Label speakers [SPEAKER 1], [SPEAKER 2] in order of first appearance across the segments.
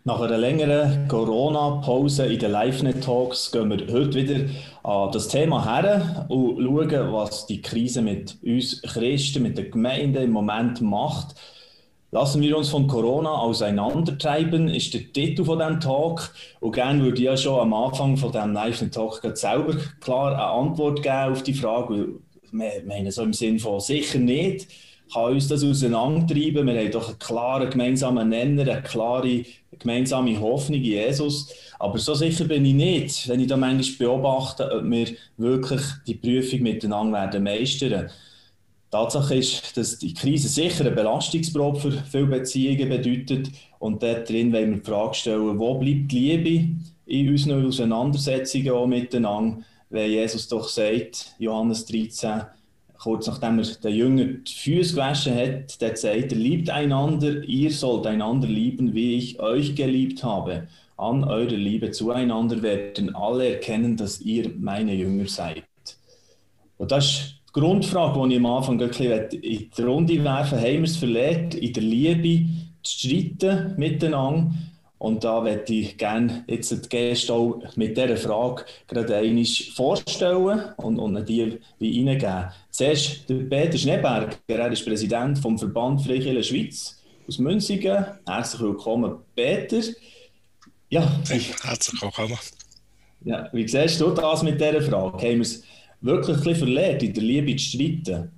[SPEAKER 1] Nach einer längeren Corona-Pause in den Live-Net-Talks gehen wir heute wieder an das Thema her und schauen, was die Krise mit uns Christen, mit der Gemeinde im Moment macht. Lassen wir uns von Corona auseinandertreiben, ist der Titel von diesem Talk. Und gerne würde ich ja schon am Anfang von diesem Live-Net-Talk selber klar eine Antwort geben auf die Frage. Wir meinen so im Sinne von sicher nicht. Kann uns das auseinandertreiben? Wir haben doch einen klaren gemeinsamen Nenner, eine klare gemeinsame Hoffnung in Jesus. Aber so sicher bin ich nicht, wenn ich da manchmal beobachte, ob wir wirklich die Prüfung miteinander werden meistern. Tatsache ist, dass die Krise sicher eine Belastungsprobe für viele Beziehungen bedeutet. Und dort drin wollen wir die Frage stellen, wo bleibt die Liebe in unseren Auseinandersetzungen auch miteinander, wenn Jesus doch sagt, Johannes 13, kurz nachdem er den Jüngern die Füße gewaschen hat, der sagt, liebt einander, ihr sollt einander lieben, wie ich euch geliebt habe. An eurer Liebe zueinander werden alle erkennen, dass ihr meine Jünger seid. Und das ist die Grundfrage, die ich am Anfang ein bisschen in die Runde werfen will. Haben wir es verlernt, in der Liebe zu streiten miteinander? Und da möchte ich gerne jetzt die Gäste auch mit dieser Frage gerade einmal vorstellen und die wie reingeben. Zuerst der Peter Schneeberger, er ist Präsident vom Verband Freikirche Schweiz aus Münsingen. Herzlich willkommen, Peter. Ja,
[SPEAKER 2] herzlich willkommen.
[SPEAKER 1] Ja, wie siehst du das mit dieser Frage? Haben wir es wirklich ein bisschen verlernt, in der Liebe zu streiten?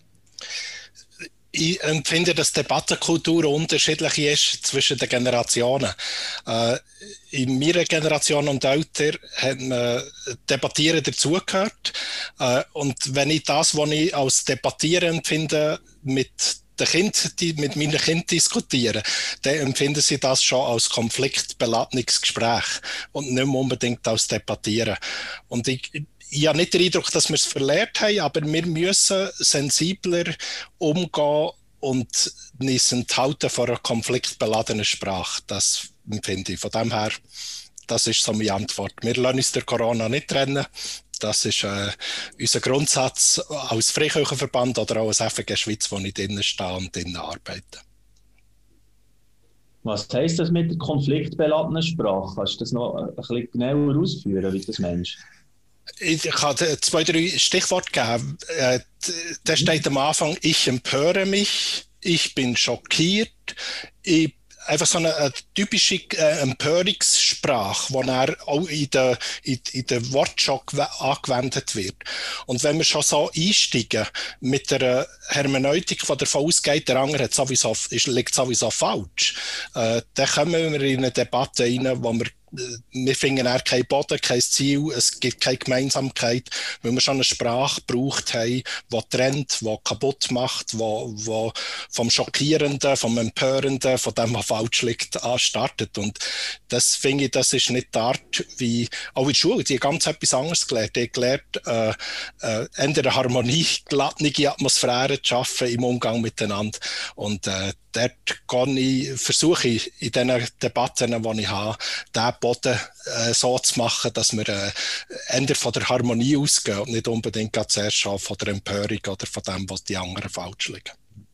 [SPEAKER 2] Ich empfinde, dass die Debattenkultur unterschiedlich ist zwischen den Generationen. In meiner Generation und älter hat man Debattieren dazugehört. Und wenn ich das, was ich als Debattieren empfinde, mit meinen Kindern diskutieren, dann empfinden sie das schon als konfliktbeladenes Gespräch und nicht mehr unbedingt als Debattieren. Und ich habe nicht den Eindruck, dass wir es verlernt haben, aber wir müssen sensibler umgehen und uns enthalten von einer konfliktbeladenen Sprache. Das empfinde ich. Von dem her, das ist so meine Antwort. Wir lassen uns durch Corona nicht trennen. Das ist unser Grundsatz als Freikirchenverband oder auch als FG Schweiz, wo ich drinnen stehe und drinnen arbeite.
[SPEAKER 1] Was heisst das mit der konfliktbeladenen Sprache? Kannst du das noch ein bisschen genauer ausführen, wie du das meinst?
[SPEAKER 2] Ich kann 2, 3 Stichworte geben. Da steht am Anfang, ich empöre mich, ich bin schockiert, einfach so eine typische Empörungssprache, die dann auch in der Wortschau angewendet wird. Und wenn wir schon so einsteigen mit der Hermeneutik, die davon ausgeht, der andere liegt sowieso falsch, dann kommen wir in eine Debatte rein, wo wir finden auch keinen Boden, kein Ziel, es gibt keine Gemeinsamkeit, weil wir schon eine Sprache gebraucht haben, die trennt, die kaputt macht, die vom Schockierenden, vom Empörenden, von dem, was falsch liegt, anstartet. Und das finde ich, das ist nicht die Art, wie auch in der Schule, die haben ganz etwas anderes gelernt. Die haben gelernt, eine harmoniegelassene Atmosphäre zu schaffen im Umgang miteinander. Und dort versuche ich in den Debatten, die ich habe, diesen Boden so zu machen, dass wir eher von der Harmonie ausgehen und nicht unbedingt zuerst schon von der Empörung oder von dem, was die anderen falsch liegen.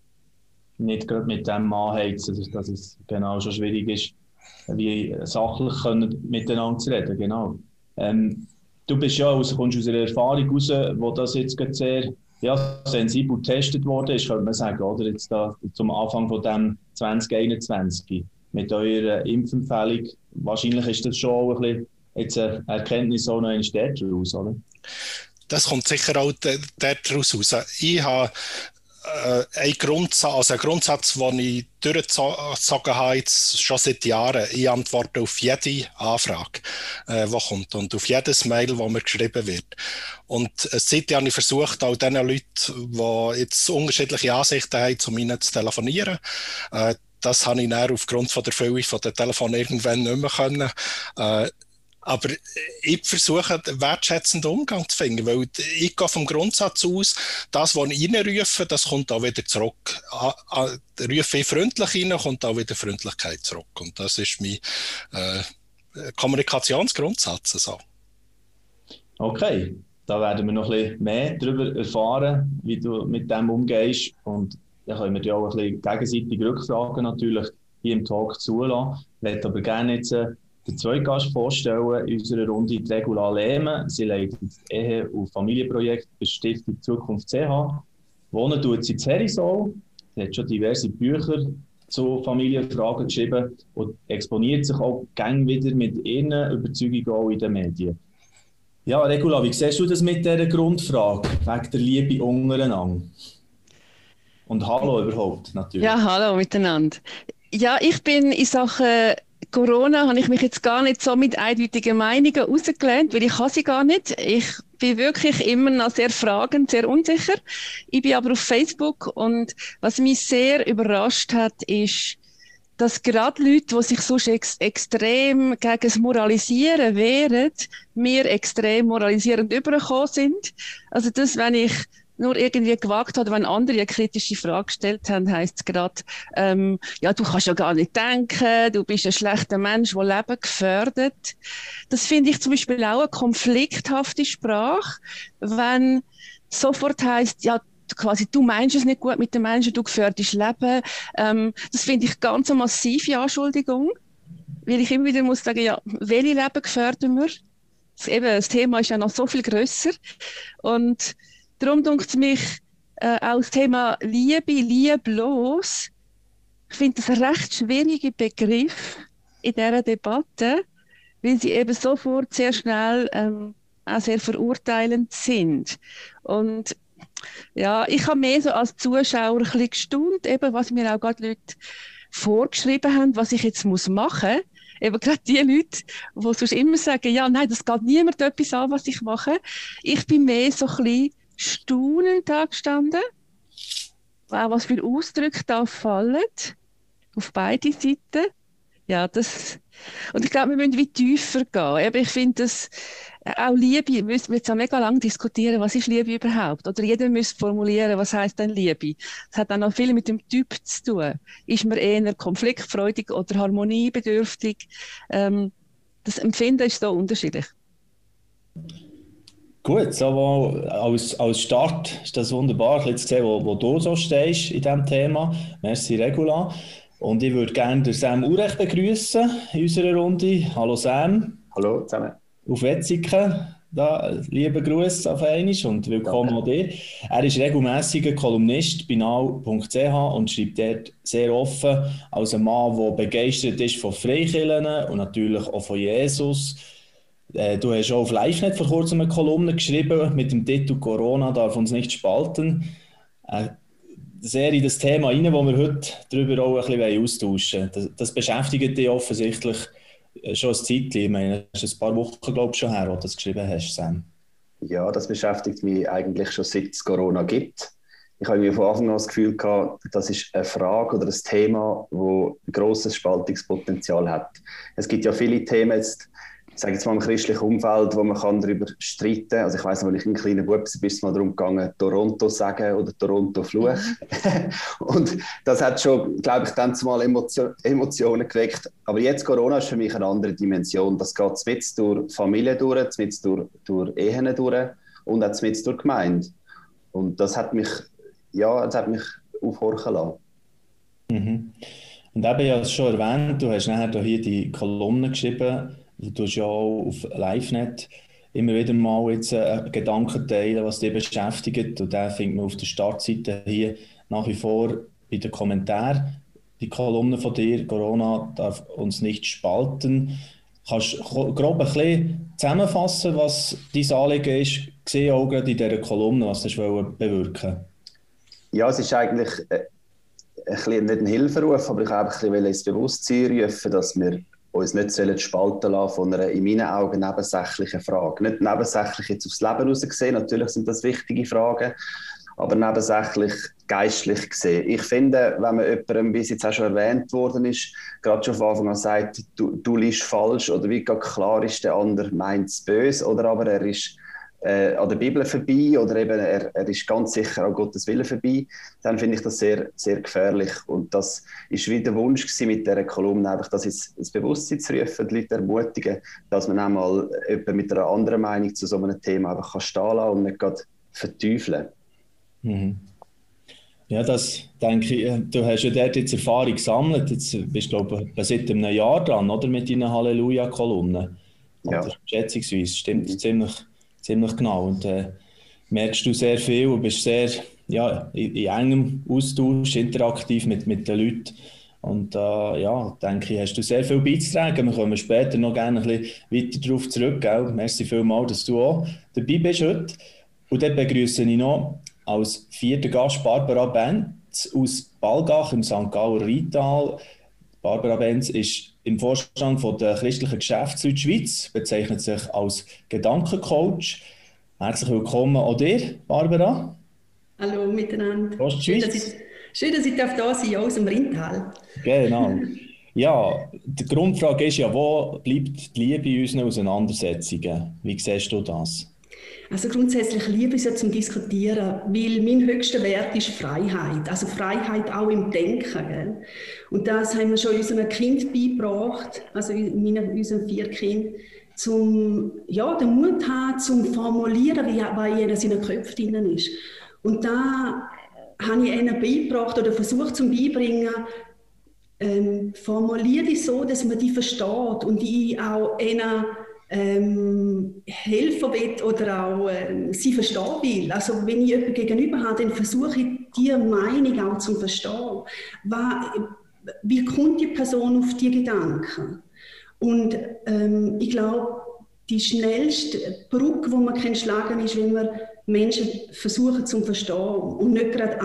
[SPEAKER 1] Nicht gerade mit dem anheizen, dass es genau schon schwierig ist, wie sachlich können miteinander zu reden. Genau. Du bist ja kommst aus einer Erfahrung raus, wo das jetzt sehr sensibel getestet worden ist, könnte man sagen, oder? Jetzt da zum Anfang von dem 2021 mit eurer Impfempfehlung. Wahrscheinlich ist das schon auch ein bisschen jetzt eine Erkenntnis auch noch in Städten raus, oder?
[SPEAKER 2] Das kommt sicher auch daraus raus. Ich habe einen Grundsatz, den ich durchgezogen habe, jetzt schon seit Jahren. Ich antworte auf jede Anfrage, die kommt und auf jedes Mail, das mir geschrieben wird. Und seitdem habe ich versucht, auch den Leuten, die jetzt unterschiedliche Ansichten haben, zu ihnen zu telefonieren. Das habe ich dann aufgrund von der Fülle von den Telefonen irgendwann nicht mehr können. Aber ich versuche, einen wertschätzenden Umgang zu finden, weil ich gehe vom Grundsatz aus, das, was ich reinrufe, das kommt auch wieder zurück. Rufe ich freundlich rein, kommt auch wieder Freundlichkeit zurück. Und das ist mein Kommunikationsgrundsatz. So.
[SPEAKER 1] Okay, da werden wir noch ein bisschen mehr darüber erfahren, wie du mit dem umgehst. Und dann können wir dir auch ein bisschen gegenseitig rückfragen natürlich. hier im Talk zulassen. Ich möchte aber gerne jetzt den zweiten Gast vorstellen in unserer Runde, die Regula Lehmann. Sie leitet das Ehe- und Familienprojekt der Stiftung Zukunft CH. Wohnen tut sie in Herisau. Sie hat schon diverse Bücher zu Familienfragen geschrieben und exponiert sich auch gerne wieder mit ihren Überzeugungen auch in den Medien. Ja, Regula, wie siehst du das mit dieser Grundfrage wegen der Liebe untereinander? Und hallo überhaupt, natürlich.
[SPEAKER 3] Ja, hallo miteinander. Ja, ich bin in Sachen Corona, habe ich mich jetzt gar nicht so mit eindeutigen Meinungen rausgelehnt, weil ich habe sie gar nicht. Ich bin wirklich immer noch sehr fragend, sehr unsicher. Ich bin aber auf Facebook und was mich sehr überrascht hat, ist, dass gerade Leute, die sich sonst extrem gegen das Moralisieren wehren, mir extrem moralisierend übergekommen sind. Also das, wenn ich nur irgendwie gewagt habe, wenn andere eine kritische Frage gestellt haben, heisst es gerade, ja, du kannst ja gar nicht denken, du bist ein schlechter Mensch, der Leben gefährdet. Das finde ich zum Beispiel auch eine konflikthafte Sprache, wenn sofort heisst, ja, quasi, du meinst es nicht gut mit den Menschen, du gefährdest Leben. Das finde ich ganz eine massive Anschuldigung, weil ich immer wieder muss sagen, ja, welche Leben gefährden wir? Das Thema ist ja noch so viel grösser. Und darum denkt es mich, auch das Thema Liebe, lieblos, ich finde das ein recht schwieriger Begriff in dieser Debatte, weil sie eben sofort sehr schnell auch sehr verurteilend sind. Und ja, ich habe mehr so als Zuschauer ein bisschen gestaunt, eben, was mir auch gerade Leute vorgeschrieben haben, was ich jetzt machen muss. Eben gerade die Leute, die sonst immer sagen, ja, nein, das geht niemand etwas an, was ich mache. Ich bin mehr so ein bisschen staunend da gestanden, auch was für Ausdrücke da fallen, auf beide Seiten. Ja, und ich glaube, wir müssen wie tiefer gehen. Eben, ich finde, dass auch Liebe, müssen wir jetzt auch mega lang diskutieren, was ist Liebe überhaupt? Oder jeder müsste formulieren, was heißt denn Liebe? Das hat auch noch viel mit dem Typ zu tun. Ist man eher konfliktfreudig oder harmoniebedürftig? Das Empfinden ist so unterschiedlich.
[SPEAKER 1] Gut, so als Start ist das wunderbar, jetzt zu sehen, wo du so stehst in diesem Thema. Merci, Regula. Und ich würde gerne den Sam Urech begrüßen in unserer Runde. Hallo Sam.
[SPEAKER 4] Hallo zusammen.
[SPEAKER 1] Auf Wetzikon, da, liebe Grüße auf einmal und willkommen auch dir. Er ist regelmäßiger Kolumnist bei now.ch und schreibt dort sehr offen als ein Mann, der begeistert ist von Freikirchen und natürlich auch von Jesus. Du hast auch auf LiveNet vor kurzem eine Kolumne geschrieben mit dem Titel «Corona darf uns nicht spalten». Sehr in das Thema rein, wo wir heute darüber auch ein bisschen austauschen wollen. Das beschäftigt dich offensichtlich schon ein Zeitchen. Ich meine, das ist ein paar Wochen, glaube ich, schon her, wo du das geschrieben hast, Sam.
[SPEAKER 4] Ja, das beschäftigt mich eigentlich schon seit es Corona gibt. Ich habe mir von Anfang an das Gefühl gehabt, das ist eine Frage oder ein Thema, das ein grosses Spaltungspotenzial hat. Es gibt ja viele Themen jetzt, ich sage jetzt mal im christlichen Umfeld, wo man darüber streiten kann. Also ich weiss noch, als ich ein kleiner Bub war, ist es mal darum gegangen, Toronto sagen oder Toronto Fluch. Und das hat schon, glaube ich, dann zumal Emotionen geweckt. Aber jetzt Corona ist für mich eine andere Dimension. Das geht mitten durch Familie durch, mitten durch Ehen durch und auch mitten durch Gemeinde. Und das hat mich aufhorchen lassen.
[SPEAKER 1] Mhm. Und eben, ja, schon erwähnt, du hast nachher hier die Kolumne geschrieben. Du hast ja auch auf LiveNet immer wieder mal jetzt Gedanken teilen, was dich beschäftigt. Und den findet man auf der Startseite hier nach wie vor bei den Kommentaren. Die Kolumne von dir, «Corona darf uns nicht spalten». Kannst du grob ein bisschen zusammenfassen, was dein Anliegen ist? Ich sehe auch gerade in dieser Kolumne, was du bewirken.
[SPEAKER 4] Ja, es ist eigentlich ein bisschen, nicht ein Hilferuf, aber ich habe ein bisschen ins Bewusstsein rufen, dass wir uns nicht spalten lassen von einer, in meinen Augen, nebensächlichen Frage. Nicht nebensächlich jetzt aufs Leben raus gesehen, natürlich sind das wichtige Fragen, aber nebensächlich geistlich gesehen. Ich finde, wenn man jemandem, wie es jetzt auch schon erwähnt worden ist, gerade schon von Anfang an sagt, du liegst falsch oder wie klar ist, der andere meint es böse oder aber er ist an der Bibel vorbei oder eben er ist ganz sicher an Gottes Willen vorbei, dann finde ich das sehr, sehr gefährlich. Und das ist wie der Wunsch gewesen mit dieser Kolumne, einfach das ins Bewusstsein zu rufen, die Leute ermutigen, dass man einmal jemanden mit einer anderen Meinung zu so einem Thema einfach stehen lassen kann und nicht gerade verteufeln.
[SPEAKER 1] Mhm. Ja, das denke ich, du hast ja dort jetzt Erfahrung gesammelt. Jetzt bist du, glaube ich, seit einem Jahr dran, oder? Mit deinen Halleluja-Kolumnen.
[SPEAKER 4] Ja.
[SPEAKER 1] Oder schätzungsweise, stimmt
[SPEAKER 4] Mhm.
[SPEAKER 1] ziemlich genau. Und merkst du sehr viel und bist sehr ja, in engem Austausch, interaktiv mit den Leuten. Und ja, denke ich, hast du sehr viel beizutragen. Wir kommen später noch gerne ein bisschen weiter darauf zurück. Gell? Merci vielmals, dass du auch dabei bist heute. Und dann begrüße ich noch als vierter Gast Barbara Benz aus Balgach im St. Galler Rheintal. Barbara Benz ist im Vorstand von der Christlichen Geschäftsleute Schweiz, bezeichnet sich als Gedankencoach. Herzlich willkommen auch dir, Barbara.
[SPEAKER 5] Hallo miteinander.
[SPEAKER 1] Ostschweiz.
[SPEAKER 5] Schön, dass ich da sein darf, aus dem Rheintal.
[SPEAKER 1] Genau. Ja, die Grundfrage ist ja, wo bleibt die Liebe in unseren Auseinandersetzungen? Wie siehst du das?
[SPEAKER 5] Also grundsätzlich liebe ich es ja zum Diskutieren, weil mein höchster Wert ist Freiheit. Also Freiheit auch im Denken. Gell? Und das haben wir schon unseren Kind beigebracht, also unseren 4 Kindern, zum ja, den Mut haben, zum formulieren, was in seinen Köpfen drin ist. Und da habe ich ihnen beigebracht oder versucht zu beibringen, formuliere die so, dass man die versteht und die auch ihnen helfen will oder auch sie verstehen will. Also wenn ich jemanden gegenüber habe, dann versuche ich, die Meinung auch zu verstehen. Wie kommt die Person auf die Gedanken? Und ich glaube, die schnellste Brücke, die man schlagen kann, ist, wenn man Menschen versuchen zu verstehen und nicht gerade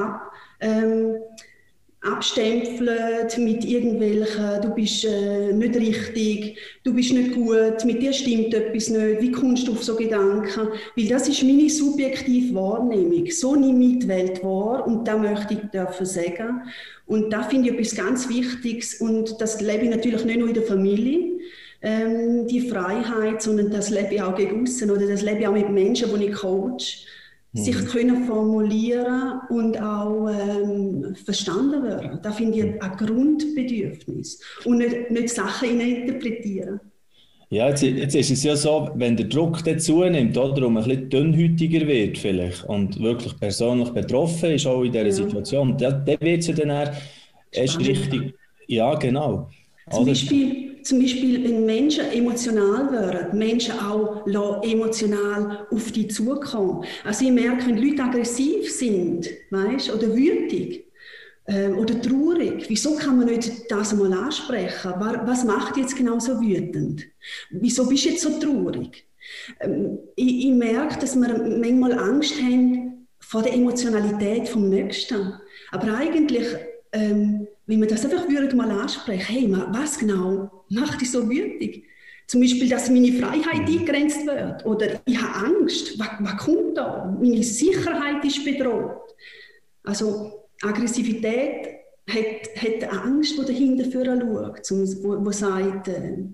[SPEAKER 5] abstempelt mit irgendwelchen, du bist nicht richtig, du bist nicht gut, mit dir stimmt etwas nicht, wie kommst du auf so Gedanken? Weil das ist meine subjektive Wahrnehmung. So nehme ich die Welt wahr und das möchte ich dafür sagen. Und da finde ich etwas ganz Wichtiges und das lebe ich natürlich nicht nur in der Familie, die Freiheit, sondern das lebe ich auch gegen aussen oder das lebe ich auch mit Menschen, die ich coach. Sich können formulieren und auch verstanden werden. Das finde ich ein Grundbedürfnis. Und nicht Sachen interpretieren.
[SPEAKER 1] Ja, jetzt ist es ja so, wenn der Druck dann zunimmt, oder, und man ein bisschen dünnhäutiger wird vielleicht und wirklich persönlich betroffen ist, auch in dieser Situation, dann wird es ja dann erst richtig. Ja, genau.
[SPEAKER 5] Zum Beispiel, wenn Menschen emotional werden, Menschen auch emotional auf die zukommen. Also ich merke, wenn Leute aggressiv sind, weißt, oder wütig oder traurig, wieso kann man nicht das einmal ansprechen? Was macht jetzt genau so wütend? Wieso bist du jetzt so traurig? Ich merke, dass wir manchmal Angst haben vor der Emotionalität vom Nächsten. Aber eigentlich wenn wir das einfach mal ansprechen, hey, was genau macht dich so wütig? Zum Beispiel, dass meine Freiheit eingegrenzt wird oder ich habe Angst, was kommt da? Meine Sicherheit ist bedroht. Also Aggressivität hat Angst, die dahinter schaut, wo sagt,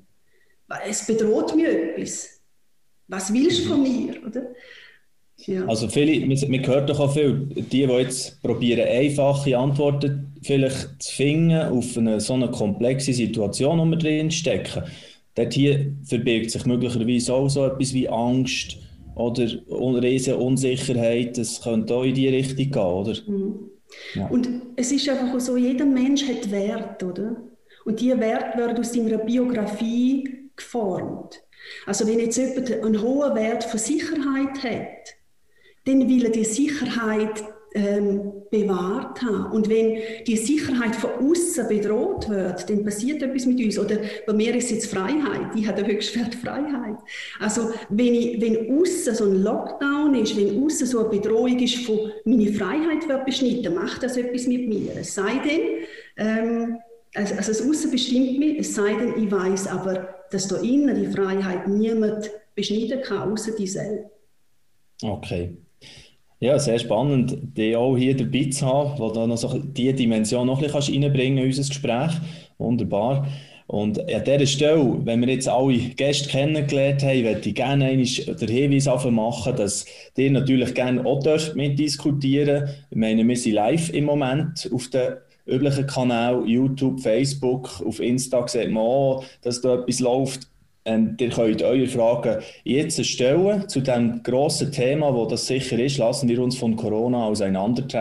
[SPEAKER 5] es bedroht mich etwas. Was willst du von mir? Oder?
[SPEAKER 1] Ja. Also viele, man hört doch auch viel, die jetzt probieren, einfache Antworten vielleicht zu finden auf so eine komplexe Situation, in der wir drin stecken. Dort hier verbirgt sich möglicherweise auch so etwas wie Angst oder riesige Unsicherheit. Das könnte auch in die Richtung gehen, oder?
[SPEAKER 5] Mhm. Ja. Und es ist einfach so, jeder Mensch hat Wert, oder? Und diese Werte werden aus seiner Biografie geformt. Also wenn jetzt jemand einen hohen Wert von Sicherheit hat, dann will er die Sicherheit bewahrt haben. Und wenn die Sicherheit von außen bedroht wird, dann passiert etwas mit uns. Oder bei mir ist es jetzt Freiheit. Ich habe den höchsten Wert Freiheit. Also wenn außen so ein Lockdown ist, wenn außen so eine Bedrohung ist, von meine Freiheit wird beschnitten, macht das etwas mit mir. Es sei denn, also das Außen bestimmt mich, es sei denn, ich weiss aber, dass da innen die Freiheit niemand beschneiden kann, außer dich selbst.
[SPEAKER 1] Okay. Ja, sehr spannend, dich auch hier dabei zu haben, wo du noch so diese Dimension noch ein bisschen reinbringen kannst in unser Gespräch. Wunderbar. Und an dieser Stelle, wenn wir jetzt alle Gäste kennengelernt haben, möchte ich gerne den Hinweis machen, dass ihr natürlich gerne auch mitdiskutieren dürft. Ich meine, wir sind live im Moment auf den üblichen Kanälen, YouTube, Facebook, auf Insta sieht man auch, dass da etwas läuft. Ihr könnt eure Fragen jetzt stellen zu dem grossen Thema, wo das sicher ist. Lassen wir uns von Corona auseinandertreiben.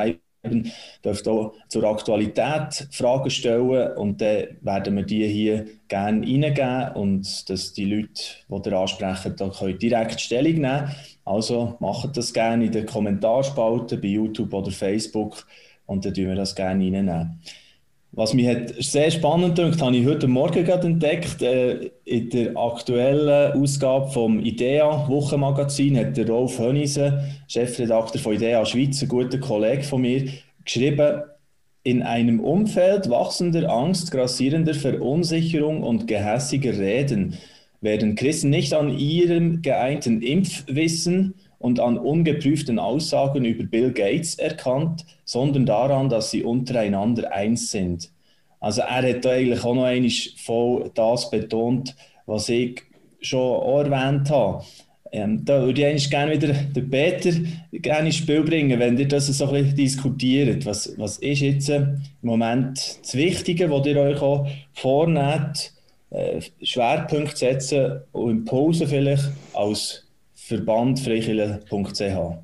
[SPEAKER 1] dürft auch zur Aktualität Fragen stellen und dann werden wir die hier gerne reingeben und dass die Leute, die ihr ansprechen, da können direkt Stellung nehmen. Also macht das gerne in den Kommentarspalten bei YouTube oder Facebook und dann tun wir das gerne reinnehmen. Was mich sehr spannend dünkt, habe ich heute Morgen gerade entdeckt. In der aktuellen Ausgabe vom IDEA-Wochenmagazin hat der Rolf Hönnisen, Chefredakteur von IDEA Schweiz, ein guter Kollege von mir, geschrieben: In einem Umfeld wachsender Angst, grassierender Verunsicherung und gehässiger Reden werden Christen nicht an ihrem geeinten Impfwissen und an ungeprüften Aussagen über Bill Gates erkannt, sondern daran, dass sie untereinander eins sind. Also er hat eigentlich auch noch einmal voll das betont, was ich schon auch erwähnt habe. Da würde ich eigentlich gerne wieder den Peter gerne ins Spiel bringen, wenn ihr das so ein bisschen diskutiert. Was ist jetzt im Moment das Wichtige, was ihr euch auch vornehmt, Schwerpunkte setzen und Impulse vielleicht als Verband freikirche.ch.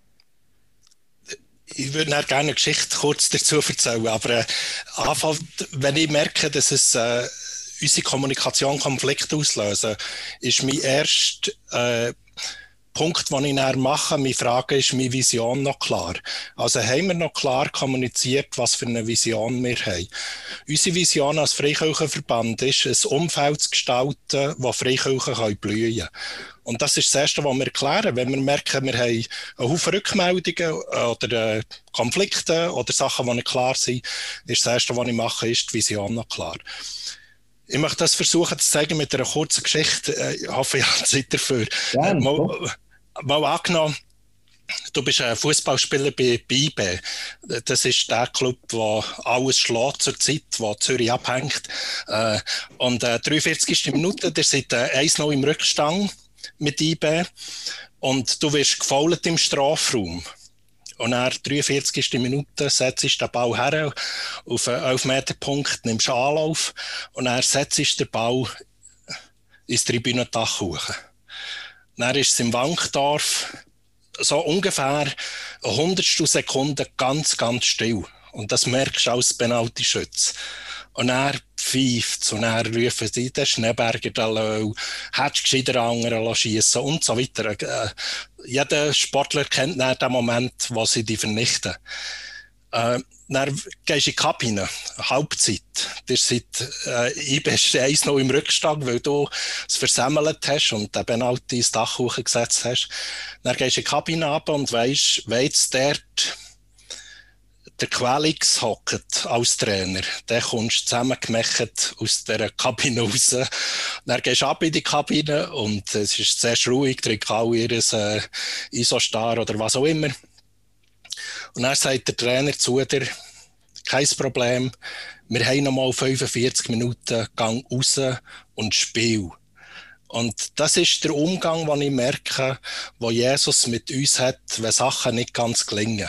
[SPEAKER 2] Ich würde gerne eine Geschichte kurz dazu erzählen, aber Anfang, wenn ich merke, dass es unsere Kommunikation Konflikte auslösen, ist mein erster Punkt, den ich dann mache, meine Frage ist, meine Vision noch klar? Also haben wir noch klar kommuniziert, was für eine Vision wir haben? Unsere Vision als Freikirchenverband ist, ein Umfeld zu gestalten, wo Freikirchen blühen können. Und das ist das Erste, was wir erklären. Wenn wir merken, wir haben einen Haufen Rückmeldungen oder Konflikte oder Sachen, die nicht klar sind, ist das Erste, was ich mache, ist die Vision noch klar. Ich möchte das versuchen zu zeigen mit einer kurzen Geschichte. Ich hoffe, ich habe Zeit dafür.
[SPEAKER 1] Ja,
[SPEAKER 2] mal angenommen, du bist ein Fußballspieler bei IB. Das ist der Club, der alles schlägt zur Zeit, wo Zürich abhängt. Und 43. Minute, der seid 1-0 im Rückstand mit IB und du wirst gefoult im Strafraum. Und nach 43. Minute setzt du den Ball her auf einen 11-Meter-Punkt, nimmst Anlauf und dann setzt du den Ball ins Tribünendach hoch. Dann ist es im Wankdorf so ungefähr eine 100. Sekunde ganz, ganz still. Und das merkst du als Penalty-Schütze. Und er pfeift und er rufen sie, der Schneeberger, der Löw, hättest gescheiter anderen schiessen und so weiter. Jeder Sportler kennt dann den Moment, wo sie die vernichten. Dann gehst du in die Kabine, Halbzeit. Ihr seid IBS 1-0 im Rückstand, weil du es versemmelt hast und den Penalty ins Dach hochgesetzt hast. Dann gehst du in die Kabine runter und weisst, wenn jetzt dort der Quelix hockt als Trainer, der kommst zusammengemacht aus dieser Kabine raus. Dann gehst du ab in die Kabine und es ist sehr ruhig, trinken alle ihr Isostar oder was auch immer. Und dann sagt der Trainer zu dir, kein Problem, wir haben noch mal 45 Minuten Gang raus und Spiel. Und das ist der Umgang, den ich merke, wo Jesus mit uns hat, wenn Sachen nicht ganz gelingen.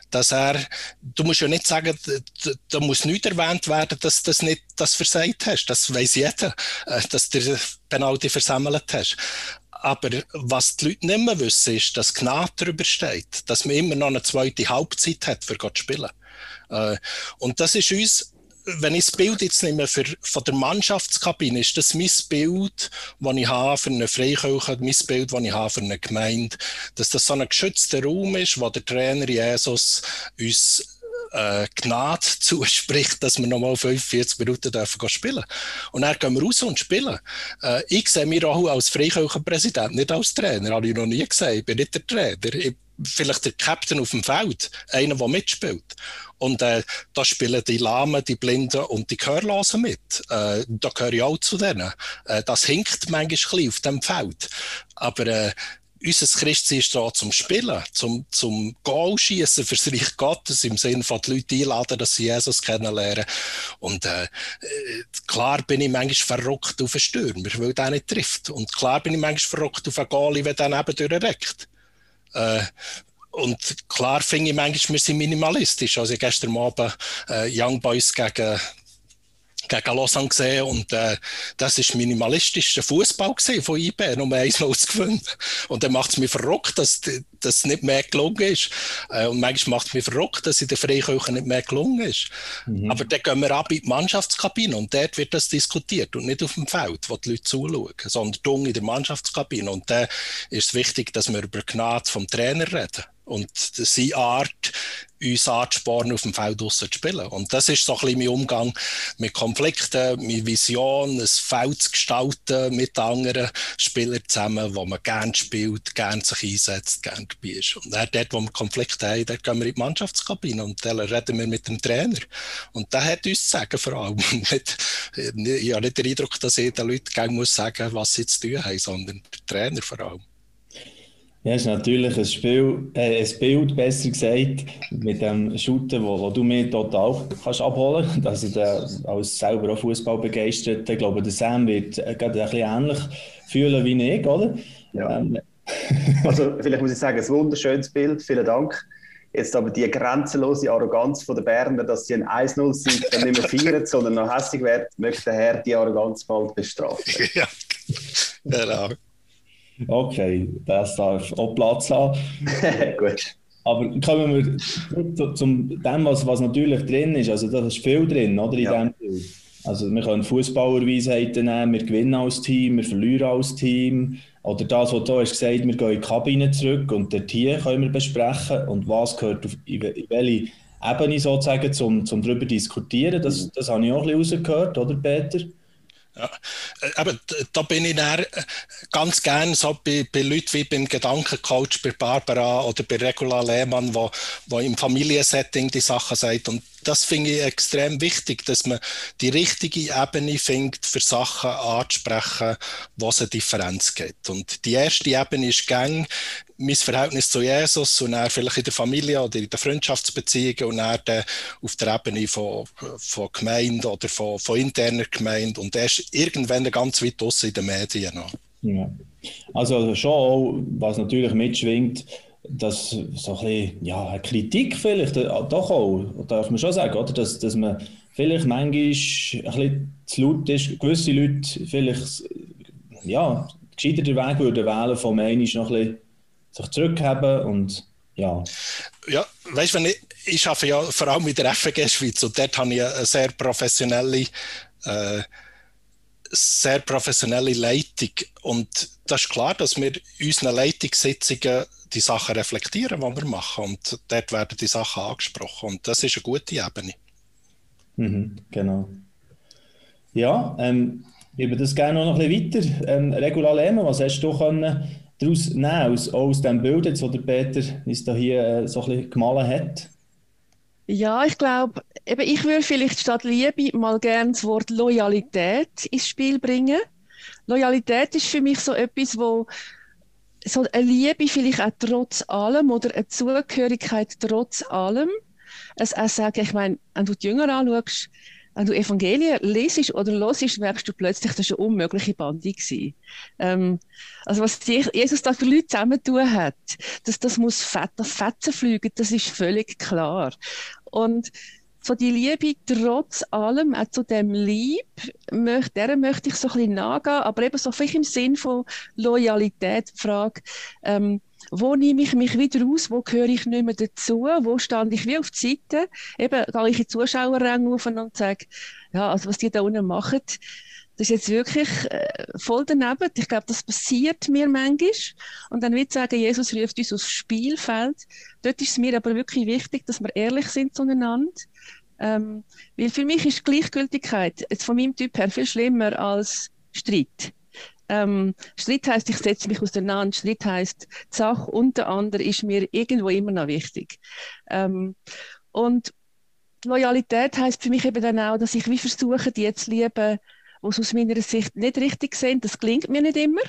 [SPEAKER 2] Du musst ja nicht sagen, da muss nicht erwähnt werden, dass du nicht das versagt hast. Das weiss jeder, dass du Penalty versemmelt hast. Aber was die Leute nicht mehr wissen, ist, dass Gnade darüber steht, dass man immer noch eine zweite Halbzeit hat, für Gott zu spielen. Und das ist uns, wenn ich das Bild jetzt nehme von der Mannschaftskabine, ist das mein Bild, das ich habe für eine Freikirche, mein Bild, das ich habe für eine Gemeinde, dass das so ein geschützter Raum ist, wo der Trainer Jesus uns Gnade zuspricht, dass wir nochmal 45 Minuten dürfen spielen dürfen. Und dann gehen wir raus und spielen. Ich sehe mich auch als Freikirchenpräsident, nicht als Trainer, habe ich noch nie gesehen. Ich bin nicht der Trainer. Vielleicht der Captain auf dem Feld, einer, der mitspielt. Und da spielen die Lahmen, die Blinden und die Gehörlosen mit. Da gehöre ich auch zu denen. Das hinkt manchmal ein bisschen auf dem Feld. Aber unser Christsein ist da zum Spielen, zum Goalschiessen fürs Reich Gottes, im Sinne von die Leute einladen, dass sie Jesus kennenlernen. Und klar bin ich manchmal verrückt auf einen Stürmer, weil der nicht trifft. Und klar bin ich manchmal verrückt auf einen Goalie, wenn der nebendurch reckt. Und klar finde ich manchmal, wir sind minimalistisch. Also gestern Abend Young Boys gegen gegen Lausanne gesehen und das ist minimalistischer Fußball von IB, um 1-0 zu gewinnen. Und dann macht es mich verrückt, dass das nicht mehr gelungen ist. Und manchmal macht es mich verrückt, dass in der Freikirche nicht mehr gelungen ist. Aber dann gehen wir ab in die Mannschaftskabine und dort wird das diskutiert und nicht auf dem Feld, wo die Leute zuschauen, sondern in der Mannschaftskabine. Und dann ist es wichtig, dass wir über die Gnade vom Trainer reden. Und seine Art, uns anzuspornen, auf dem Feld draussen zu spielen. Und das ist so ein bisschen mein Umgang mit Konflikten, meine Vision, ein Feld zu gestalten mit anderen Spielern zusammen, wo man gerne spielt, gerne sich einsetzt, gerne dabei ist. Und dann dort, wo wir Konflikte haben, dort gehen wir in die Mannschaftskabine und dann reden wir mit dem Trainer. Und der hat uns zu sagen, vor allem. Ich habe nicht den Eindruck, dass ich den Leuten gerne muss sagen, was sie zu tun haben, sondern der Trainer vor allem.
[SPEAKER 1] Ja, es ist natürlich ein Bild, besser gesagt, mit dem Shooten, wo du mir total kannst abholen kannst. Also der, als selber auch Fußball begeistert, ich glaube, der Sam wird gerade ein bisschen ähnlich fühlen wie ich, oder?
[SPEAKER 4] Ja. Also vielleicht muss ich sagen, ein wunderschönes Bild, vielen Dank. Jetzt aber die grenzenlose Arroganz der Berner, dass sie ein 1-0-Sieg dann nicht mehr feiern, sondern noch hässlich werden, möchte der Herr die Arroganz bald bestrafen.
[SPEAKER 2] Ja, genau.
[SPEAKER 1] Okay, das darf auch Platz haben.
[SPEAKER 4] Gut.
[SPEAKER 1] Aber kommen wir zu dem, was natürlich drin ist. Also da ist viel drin, oder, in diesem Bild. Also wir können Fußballerweisheiten nehmen, wir gewinnen als Team, wir verlieren als Team. Oder das, was du hast gesagt, wir gehen in die Kabine zurück und dort hier können wir besprechen. Und was gehört in welche Ebene sozusagen, zum darüber diskutieren. Das habe ich auch ein bisschen rausgehört, oder Peter?
[SPEAKER 2] Ja, aber da bin ich dann ganz gerne so bei Leuten wie beim Gedankencoach, bei Barbara oder bei Regula Lehmann, wo im Familiensetting die Sachen sagt. Und das finde ich extrem wichtig, dass man die richtige Ebene findet, für Sachen anzusprechen, wo es eine Differenz gibt. Und die erste Ebene ist gang mein Verhältnis zu Jesus und dann vielleicht in der Familie oder in den Freundschaftsbeziehungen und dann auf der Ebene von Gemeinde oder von interner Gemeinde und erst irgendwann ganz weit draussen in den Medien noch.
[SPEAKER 1] Ja. Also schon auch, was natürlich mitschwingt, dass so ein bisschen, eine Kritik vielleicht doch auch, darf man schon sagen, oder? Dass man vielleicht manchmal ein bisschen zu laut ist, gewisse Leute vielleicht gescheiter den Weg würden wählen, von einmal noch ein bisschen sich zurückhaben und ja.
[SPEAKER 2] Ja, weißt du, ich arbeite ja vor allem mit der FG Schweiz und dort habe ich eine sehr professionelle Leitung. Und das ist klar, dass wir in unseren Leitungssitzungen die Sachen reflektieren, die wir machen. Und dort werden die Sachen angesprochen. Und das ist eine gute Ebene.
[SPEAKER 1] Genau. Ja, ich würde das gerne noch ein bisschen weiter. Regula Lehmann, was hast du daraus nehmen, aus dem Bild, das der Peter uns da hier so ein bisschen gemalt hat?
[SPEAKER 3] Ja, ich glaube, ich würde vielleicht statt Liebe mal gerne das Wort Loyalität ins Spiel bringen. Loyalität ist für mich so etwas, wo so eine Liebe vielleicht auch trotz allem oder eine Zugehörigkeit trotz allem. Es auch sagen, ich meine, wenn du die Jünger anschaust, wenn du Evangelien lesest oder hörst, merkst du plötzlich, das war eine unmögliche Bande gewesen. Also was Jesus da für Leute zusammentun hat, das muss das Fetzen fliegen, das ist völlig klar. Und so die Liebe trotz allem, auch zu dem Lieb, der möchte ich so ein bisschen nachgehen, aber eben so vielleicht im Sinn von Loyalität, die Frage, wo nehme ich mich wieder raus, wo gehöre ich nicht mehr dazu, wo stand ich wie auf die Seite, eben gehe ich in die Zuschauerränge auf und sage, ja, also was die da unten machen, das ist jetzt wirklich voll daneben. Ich glaube, das passiert mir manchmal. Und dann würde ich sagen, Jesus ruft uns aufs Spielfeld. Dort ist es mir aber wirklich wichtig, dass wir ehrlich sind zueinander. Weil für mich ist Gleichgültigkeit jetzt von meinem Typ her viel schlimmer als Streit. Streit heisst, ich setze mich auseinander. Streit heisst, die Sache unter anderem ist mir irgendwo immer noch wichtig. Und die Loyalität heisst für mich eben dann auch, dass ich wie versuche, die zu lieben, die es aus meiner Sicht nicht richtig sind. Das gelingt mir nicht immer.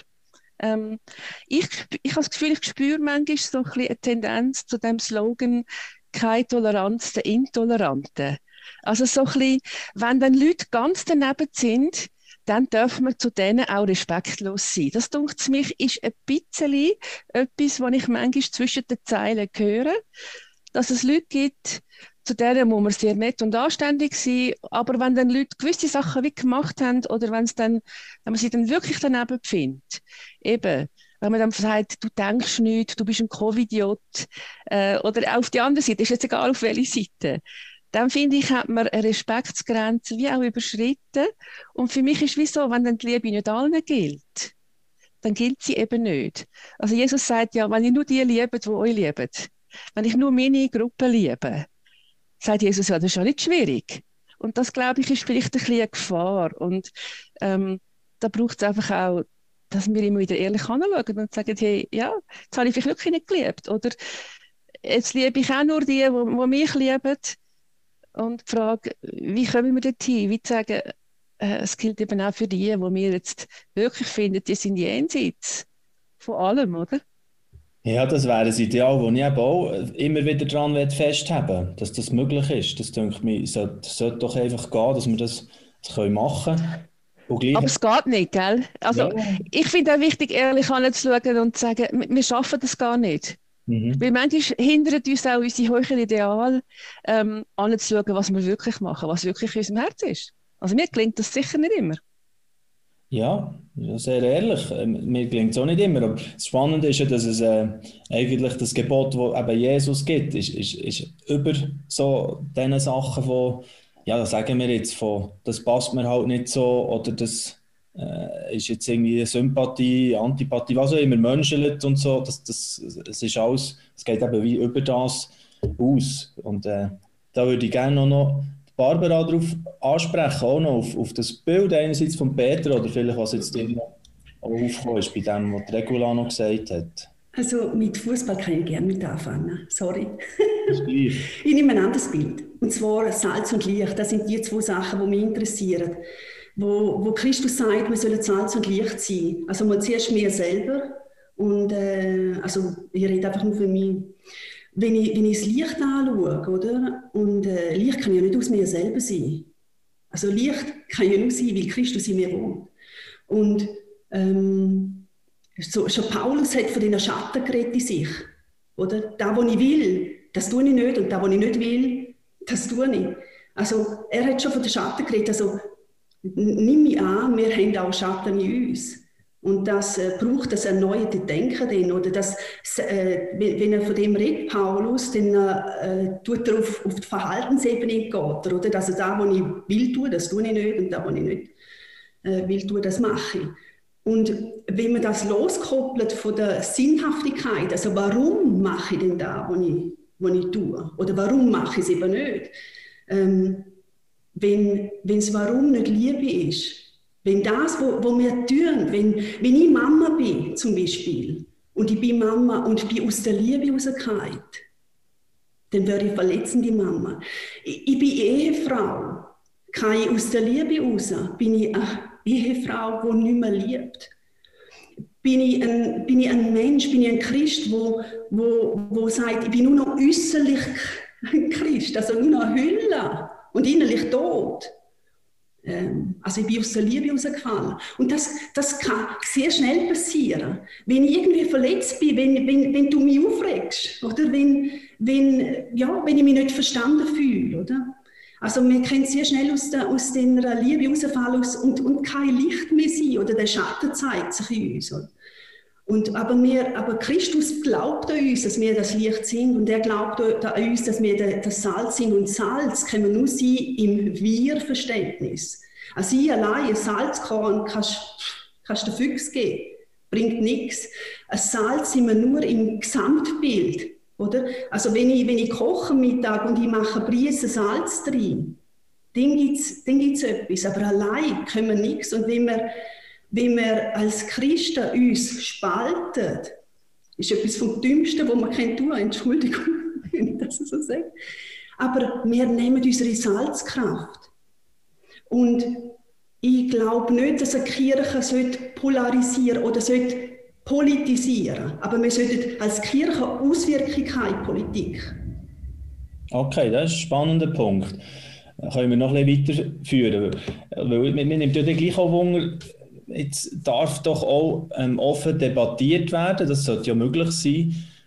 [SPEAKER 3] Ich habe das Gefühl, ich spüre manchmal so ein bisschen eine Tendenz zu dem Slogan «Keine Toleranz der Intoleranten». Also so ein bisschen, wenn dann Leute ganz daneben sind, dann dürfen wir zu denen auch respektlos sein. Das, denke ich, mich ist ein bisschen etwas, was ich manchmal zwischen den Zeilen höre, dass es Leute gibt, zu denen muss man sehr nett und anständig sein, aber wenn dann Leute gewisse Sachen wie gemacht haben oder wenn man sie dann wirklich daneben befindet, eben, wenn man dann sagt, du denkst nicht, du bist ein Covidiot, oder auf die andere Seite, ist jetzt egal auf welche Seite, dann finde ich, hat man eine Respektsgrenze wie auch überschritten. Und für mich ist es wie so, wenn dann die Liebe nicht allen gilt, dann gilt sie eben nicht. Also Jesus sagt ja, wenn ihr nur die liebt, die euch lieben, wenn ich nur meine Gruppe liebe, sagt Jesus, ja, das ist ja nicht schwierig. Und das, glaube ich, ist vielleicht ein bisschen eine Gefahr. Und da braucht es einfach auch, dass wir immer wieder ehrlich anschauen und sagen, hey, ja, jetzt habe ich vielleicht wirklich nicht geliebt. Oder jetzt liebe ich auch nur die mich lieben. Und die Frage, wie kommen wir dorthin? Wie zu sagen, es gilt eben auch für die, wo wir jetzt wirklich finden, die sind jenseits von allem, oder?
[SPEAKER 1] Ja, das wäre ein Ideal, das ich eben auch immer wieder daran festhalten will, dass das möglich ist. Das denke ich mir, sollte doch einfach gehen, dass wir das machen können.
[SPEAKER 3] Aber es geht nicht, gell? Also,
[SPEAKER 1] ja.
[SPEAKER 3] Ich finde auch wichtig, ehrlich anzuschauen und zu sagen, wir schaffen das gar nicht. Weil manchmal hindert uns auch unsere höheren Ideale, anzuschauen, was wir wirklich machen, was wirklich in unserem Herzen ist. Also mir gelingt das sicher nicht immer.
[SPEAKER 1] Ja, sehr ehrlich. Mir gelingt es auch nicht immer. Aber das Spannende ist ja, dass es eigentlich das Gebot, das eben Jesus gibt, ist über so diese Sachen, wo, ja, das sagen wir jetzt, das passt mir halt nicht so oder das ist jetzt irgendwie Sympathie, Antipathie, was auch immer, menschelt und so. Es ist alles, es geht eben wie über das aus. Und da würde ich gerne noch Barbara darauf ansprechen, auch noch auf das Bild einerseits von Peter oder vielleicht was jetzt immer aufgekommen ist bei dem, was Regula noch gesagt hat.
[SPEAKER 5] Also mit Fußball kann ich gerne mit anfangen, sorry.
[SPEAKER 1] Ich
[SPEAKER 5] nehme ein anderes Bild, und zwar Salz und Licht. Das sind die zwei Sachen, die mich interessieren. Wo Christus sagt, wir sollen Salz und Licht sein. Also mal zuerst mir selber und also ich rede einfach nur für mich. Wenn ich das Licht anschaue, oder? Und Licht kann ja nicht aus mir selber sein. Also Licht kann ja nur sein, weil Christus in mir wohnt. Und schon Paulus hat von diesen Schatten geredet in sich. Oder? Das, was ich will, das tue ich nicht. Und das, was ich nicht will, das tue ich. Also er hat schon von den Schatten geredet. Also nimm mich an, wir haben auch Schatten in uns. Und das braucht das erneuerte Denken dann, oder das, wenn er von dem redet, Paulus, dann tut er auf die Verhaltensebene gehen, oder? Dass er das, was ich will tun, das tue ich nicht, und das, was ich nicht will tun, das mache ich. Und wenn man das loskoppelt von der Sinnhaftigkeit, also warum mache ich denn das, was ich tue, oder warum mache ich es eben nicht, wenn das Warum nicht Liebe ist, wenn das, was wir tun, wenn ich Mama bin zum Beispiel und ich bin Mama und bin aus der Liebe rausgefallen, dann werde ich verletzende Mama. Ich bin Ehefrau, kann ich aus der Liebe raus, bin ich eine Ehefrau, die nicht mehr liebt. Bin ich ein Mensch, bin ich ein Christ, wo sagt, ich bin nur noch äußerlich ein Christ, also nur noch Hülle und innerlich tot. Also ich bin aus der Liebe rausgefallen. Und das kann sehr schnell passieren. Wenn ich irgendwie verletzt bin, wenn du mich aufregst, oder wenn ich mich nicht verstanden fühle, oder? Also wir können sehr schnell aus der Liebe rausfallen und kein Licht mehr sein, oder der Schatten zeigt sich in uns. Aber Christus glaubt an uns, dass wir das Licht sind, und er glaubt an uns, dass wir das Salz sind. Und Salz kann man nur sein im Wir-Verständnis. Also ich allein ein Salzkorn kannst du den Füchs geben, bringt nichts. Ein Salz sind wir nur im Gesamtbild, oder? Also wenn ich koche am Mittag und ich mache eine Prise Salz drin, dann gibt's etwas. Aber allein können wir nichts. Und wenn wir als Christen uns spalten, ist etwas vom Dümmsten, was man tun kann. Entschuldigung, wenn ich das so sage. Aber wir nehmen unsere Salzkraft. Und ich glaube nicht, dass eine Kirche polarisieren oder politisieren sollte. Aber wir sollten als Kirche Auswirkung haben in Politik.
[SPEAKER 1] Okay, das ist ein spannender Punkt. Können wir noch ein bisschen weiterführen? Weil mir nimmt ja gleich auch Wunder, jetzt darf doch auch offen debattiert werden, das sollte ja möglich sein.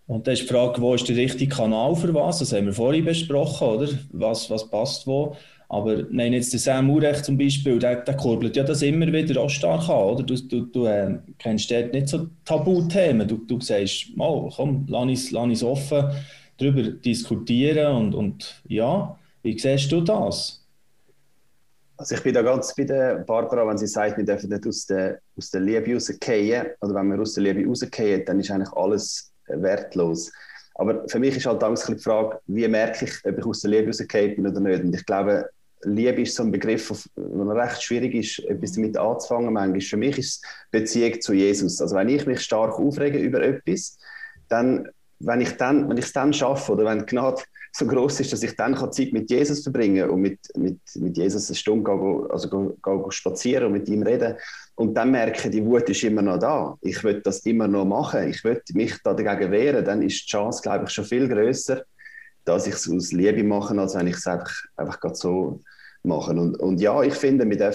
[SPEAKER 1] Und dann ist die Frage, wo ist der richtige Kanal für was? Das haben wir vorhin besprochen, oder? Was passt wo? Aber nein, jetzt der Sam Urecht zum Beispiel, der kurbelt ja das immer wieder auch stark an, oder? Du kennst dort nicht so Tabuthemen. Du sagst, oh, komm, lass uns offen darüber diskutieren und ja, wie siehst du das?
[SPEAKER 4] Also ich bin da ganz bei der Barbara, wenn sie sagt, wir dürfen nicht aus der Liebe rausgehen, oder wenn wir aus der Liebe rausgehen, dann ist eigentlich alles wertlos. Aber für mich ist halt damals die Frage, wie merke ich, ob ich aus der Liebe rausgehe bin oder nicht. Und ich glaube, Liebe ist so ein Begriff, der recht schwierig ist, etwas damit anzufangen. Manchmal. Für mich ist es Beziehung zu Jesus. Also wenn ich mich stark aufrege über etwas, dann, wenn ich es dann schaffe, oder wenn die Gnade so groß ist, dass ich dann Zeit mit Jesus verbringen kann und mit Jesus eine Stunde gehen spazieren und mit ihm reden. Und dann merke, die Wut ist immer noch da. Ich will das immer noch machen. Ich will mich da dagegen wehren. Dann ist die Chance, glaube ich, schon viel grösser, dass ich es aus Liebe mache, als wenn ich es einfach gerade so mache. Und ja, ich finde, wir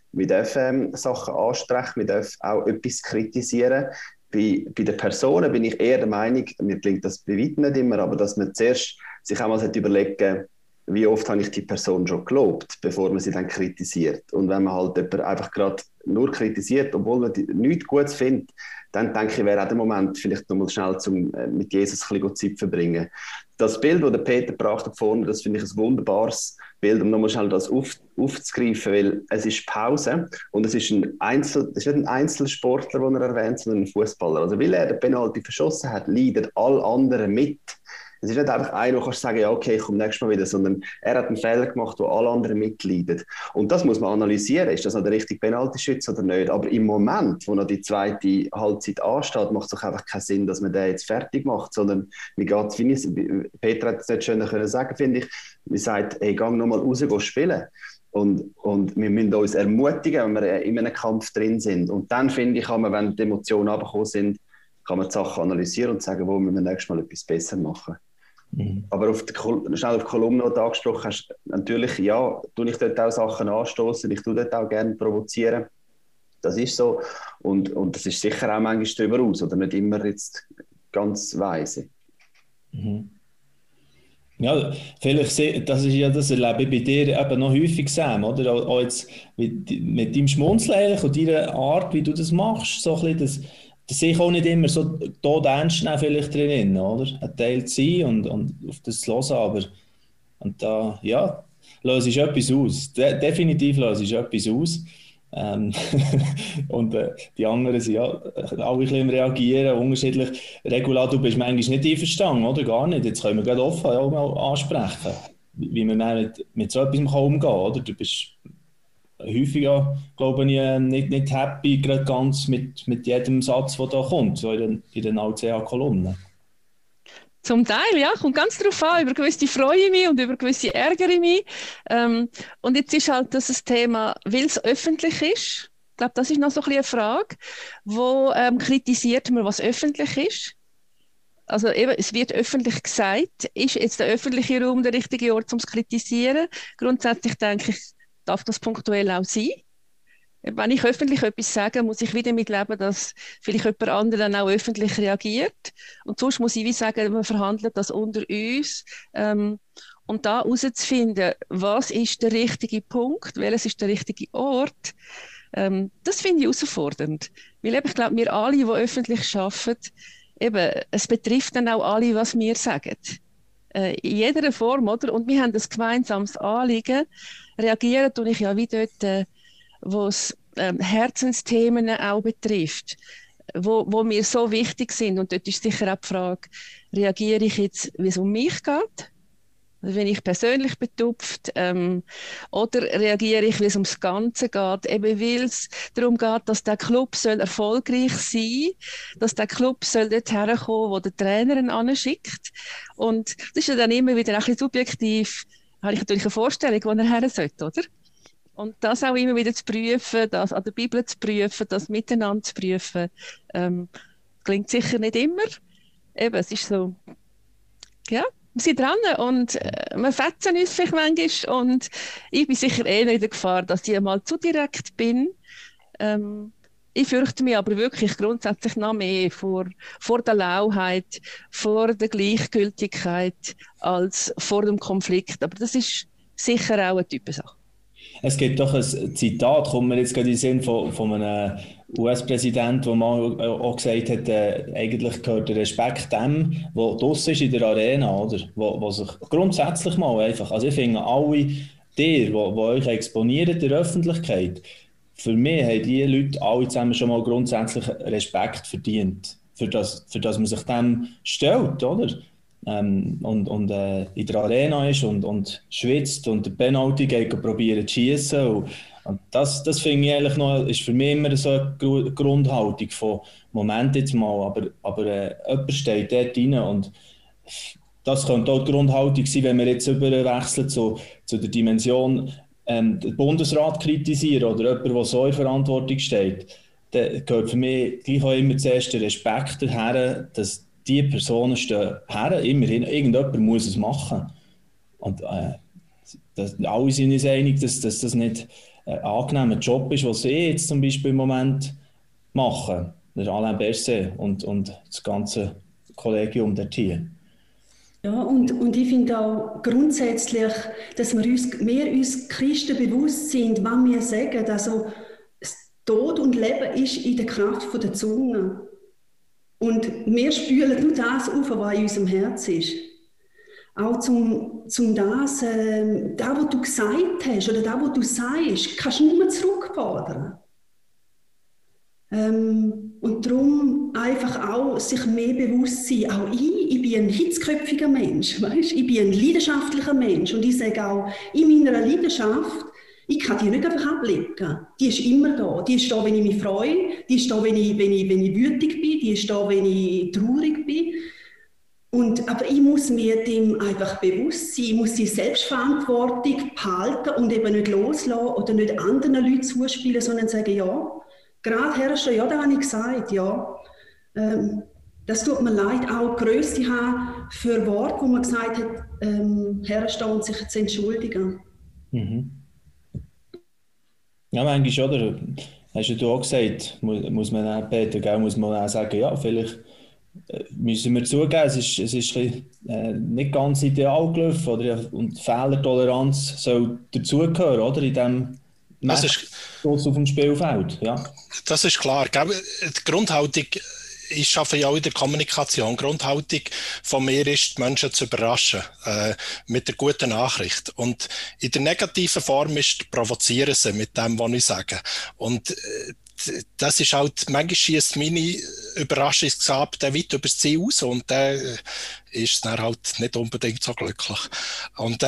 [SPEAKER 4] dürfen Sachen ansprechen, wir dürfen auch etwas kritisieren. Bei den Personen bin ich eher der Meinung, mir klingt das bei weitem nicht immer, aber dass man zuerst sich einmal überlegen, wie oft habe ich die Person schon gelobt, bevor man sie dann kritisiert. Und wenn man halt jemanden einfach gerade nur kritisiert, obwohl man nichts Gutes findet, dann denke ich, wäre auch der Moment, vielleicht nochmal schnell mit Jesus ein bisschen Zeit verbringen. Das Bild, das der Peter gebracht hat vorne, das finde ich ein wunderbares Bild, um nochmal schnell das aufzugreifen, weil es ist Pause und es ist nicht ein Einzelsportler, den er erwähnt, sondern ein Fußballer. Also weil er den Penalty verschossen hat, leiden alle anderen mit. Es ist nicht einfach einer, wo kannst sagen, ja, okay, ich komme nächstes Mal wieder, sondern er hat einen Fehler gemacht, wo alle anderen mitleiden. Und das muss man analysieren. Ist das noch der richtige Penaltyschütze oder nicht? Aber im Moment, wo noch die zweite Halbzeit ansteht, macht es doch einfach keinen Sinn, dass man den jetzt fertig macht, sondern Peter hat es nicht schön können sagen, finde ich, man sagt, hey, geh nochmal raus, geh spielen. Und wir müssen uns ermutigen, wenn wir in einem Kampf drin sind. Und dann, finde ich, kann man, wenn die Emotionen runtergekommen sind, kann man die Sachen analysieren und sagen, wo müssen wir nächstes Mal etwas besser machen. Mhm. Aber schnell auf die Kolumne, die du angesprochen hast, natürlich, ja, tue ich dort auch Sachen anstoßen, ich tue dort auch gerne provozieren. Das ist so. Und das ist sicher auch manchmal darüber aus, oder nicht immer jetzt ganz weise.
[SPEAKER 1] Mhm. Ja, vielleicht, das erlebe ich bei dir eben noch häufig, Sam, oder? Auch jetzt mit deinem Schmunzeln und deiner Art, wie du das machst, so ein bisschen das sehe ich auch nicht immer so tot ernst nehmen vielleicht drin, oder? Ein Teil zu sein und auf das zu hören, aber und da, ja, löse ich etwas aus. Definitiv löse ich etwas aus. Und die anderen sind ja auch ein bisschen reagieren, unterschiedlich. Regula, du bist manchmal nicht einverstanden, oder? Gar nicht. Jetzt können wir gerade offen auch mal ansprechen, wie man mit so etwas umgehen kann, oder? Du bist häufiger, glaube ich, nicht happy, gerade ganz mit jedem Satz, der da kommt, so in den ACH-Kolumnen.
[SPEAKER 3] Zum Teil, ja, kommt ganz darauf an. Über gewisse freue ich mich und über gewisse ärgere ich mich. Und jetzt ist halt das ein Thema, weil es öffentlich ist. Ich glaube, das ist noch so ein bisschen eine Frage, wo kritisiert man, was öffentlich ist. Also eben, es wird öffentlich gesagt, ist jetzt der öffentliche Raum der richtige Ort, um es zu kritisieren? Grundsätzlich denke ich, darf das punktuell auch sein. Wenn ich öffentlich etwas sage, muss ich wieder mitleben, dass vielleicht jemand anderes dann auch öffentlich reagiert. Und sonst muss ich wie sagen, wir verhandeln das unter uns. Und da herauszufinden, was ist der richtige Punkt, welches ist der richtige Ort, das finde ich herausfordernd. Weil eben, ich glaube, wir alle, die öffentlich arbeiten, eben, es betrifft dann auch alle, was wir sagen. In jeder Form, oder? Und wir haben ein gemeinsames Anliegen. Reagieren tue ich ja wie dort, wo es Herzensthemen auch betrifft, wo mir so wichtig sind. Und dort ist sicher auch die Frage, reagiere ich jetzt, wie es um mich geht? Also wenn ich persönlich betupft, oder reagiere ich, wie es ums Ganze geht, eben weil es darum geht, dass der Club soll erfolgreich sein, dass der Club soll dort herkommen, wo der Trainer ihn anschickt. Und das ist ja dann immer wieder ein bisschen subjektiv, habe ich natürlich eine Vorstellung, wo er her sollte, oder? Und das auch immer wieder zu prüfen, das an der Bibel zu prüfen, das miteinander zu prüfen, klingt sicher nicht immer. Eben, es ist so, ja, wir sind dran und wir fetzen uns vielleicht manchmal und ich bin sicher eher in der Gefahr, dass ich einmal zu direkt bin. Ich fürchte mich aber wirklich grundsätzlich noch mehr vor der Lauheit, vor der Gleichgültigkeit als vor dem Konflikt. Aber das ist sicher auch eine Typensache.
[SPEAKER 1] Es gibt doch ein Zitat, kommt mir jetzt gerade in den Sinn von einem US-Präsidenten, der mal auch gesagt hat, eigentlich gehört der Respekt dem, der draussen ist in der Arena, oder? Wo sich grundsätzlich mal einfach, also ich finde alle die euch exponieren in der Öffentlichkeit, für mich haben die Leute alle zusammen schon mal grundsätzlich Respekt verdient, für das man sich dem stellt, oder? Und in der Arena ist und schwitzt und der Penalty geht probieren zu schiessen. Und das finde ich eigentlich noch, ist für mich immer so eine Grundhaltung von Moment jetzt mal, aber jemand steht dort rein und das könnte auch die Grundhaltung sein, wenn wir jetzt überwechseln zu der Dimension den Bundesrat kritisieren oder jemand, der so in Verantwortung steht. Dann gehört für mich gleich auch immer zuerst der Respekt daher, dass die Personen stehen her, immerhin, irgendjemand muss es machen. Und alle sind uns einig, dass das nicht ein angenehmer Job ist, was sie jetzt zum Beispiel im Moment machen. Der Alain Berset und das ganze Kollegium dort hier.
[SPEAKER 5] Ja, und ich finde auch grundsätzlich, dass wir uns Christen bewusst sind, was wir sagen. Also, Tod und Leben ist in der Kraft der Zunge. Und wir spülen nur das auf, was in unserem Herz ist. Auch zum das, was du gesagt hast oder das, was du sagst, kannst du nur zurückfordern. Und darum einfach auch sich mehr bewusst sein. Auch ich bin ein hitzköpfiger Mensch, weißt? Ich bin ein leidenschaftlicher Mensch. Und ich sage auch, in meiner Leidenschaft, ich kann die nicht einfach ablegen. Die ist immer da. Die ist da, wenn ich mich freue. Die ist da, wenn ich wütend bin. Die ist da, wenn ich traurig bin. Aber ich muss mir dem einfach bewusst sein. Ich muss die Selbstverantwortung behalten und eben nicht loslassen oder nicht anderen Leuten zuspielen, sondern sagen, ja, gerade herrschen, ja, da habe ich gesagt, ja. Das tut mir leid, auch Grösse haben für Worte, wo man gesagt hat, herstehen und sich zu entschuldigen.
[SPEAKER 1] Mhm. Ja, manchmal, oder? Hast du auch gesagt, muss man auch, Peter, gell, muss man auch sagen, ja, vielleicht müssen wir zugeben, es ist ein bisschen, nicht ganz ideal gelaufen, oder? Und Fehlertoleranz soll dazugehören, oder? In dem Match auf dem Spielfeld, ja.
[SPEAKER 2] Das ist klar. Die Grundhaltung, ich arbeite ja auch in der Kommunikation. Die Grundhaltung von mir ist, die Menschen zu überraschen mit der guten Nachricht. Und in der negativen Form ist, provozieren sie mit dem, was ich sage. Und das ist halt, manchmal schießt meine Überraschungsgabe weit über das Ziel raus und der ist dann halt nicht unbedingt so glücklich. Und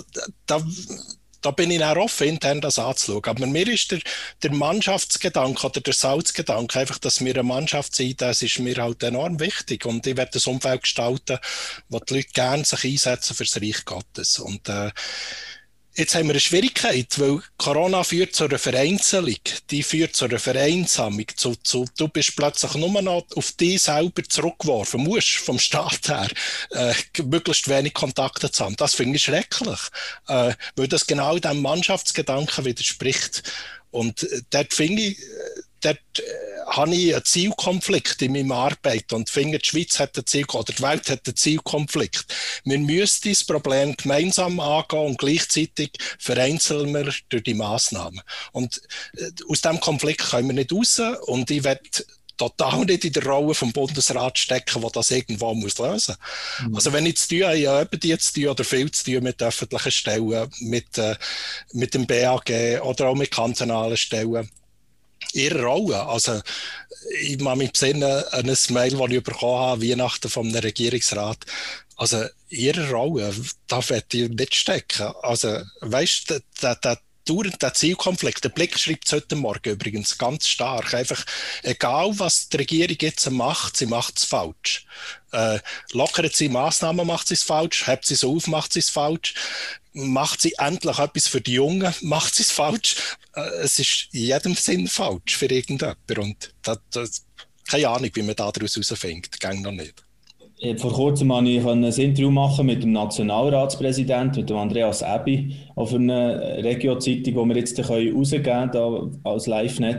[SPEAKER 2] da bin ich auch offen, intern das anzuschauen. Aber mir ist der Mannschaftsgedanke oder der Salzgedanke, einfach, dass wir eine Mannschaft sind, das ist mir halt enorm wichtig. Und ich werde das Umfeld gestalten, wo die Leute gerne sich einsetzen für das Reich Gottes. Und jetzt haben wir eine Schwierigkeit, weil Corona führt zu einer Vereinzelung, die führt zu einer Vereinsamung. Du bist plötzlich nur noch auf dich selber zurückgeworfen, musst vom Staat her möglichst wenig Kontakte zu haben. Das finde ich schrecklich, weil das genau dem Mannschaftsgedanken widerspricht. Und dort finde ich, dort habe ich einen Zielkonflikt in meiner Arbeit und finde, die Schweiz hat einen Zielkonflikt, oder die Welt hat einen Zielkonflikt. Wir müssen das Problem gemeinsam angehen und gleichzeitig vereinzeln wir durch die Massnahmen. Und aus diesem Konflikt kommen wir nicht raus und ich werde total nicht in der Rolle vom Bundesrat stecken, der das irgendwo lösen muss. Also wenn ich zu tun habe, ja, eben die zu tun oder viel zu tun mit öffentlichen Stellen, mit dem BAG oder auch mit kantonalen Stellen, ihre Rolle. Also, ich mache mich besinnen an ein Mail, das ich bekommen habe, Weihnachten vom Regierungsrat. Also, ihre Rolle, da werde ich nicht stecken. Also, weißt du, der Zielkonflikt, der Blick schreibt es heute Morgen übrigens ganz stark. Einfach, egal was die Regierung jetzt macht, sie macht es falsch. Lockert sie Massnahmen, macht sie es falsch. Hebt sie es auf, macht sie es falsch. Macht sie endlich etwas für die Jungen, macht sie es falsch. Es ist in jedem Sinn falsch für irgendjemanden. Und keine Ahnung, wie man daraus herausfindet. Geht noch nicht.
[SPEAKER 1] Vor kurzem konnte ich ein Interview machen mit dem Nationalratspräsidenten, mit dem Andreas Ebi, auf einer Regio-Zeitung, die wir jetzt rausgeben können als LiveNet.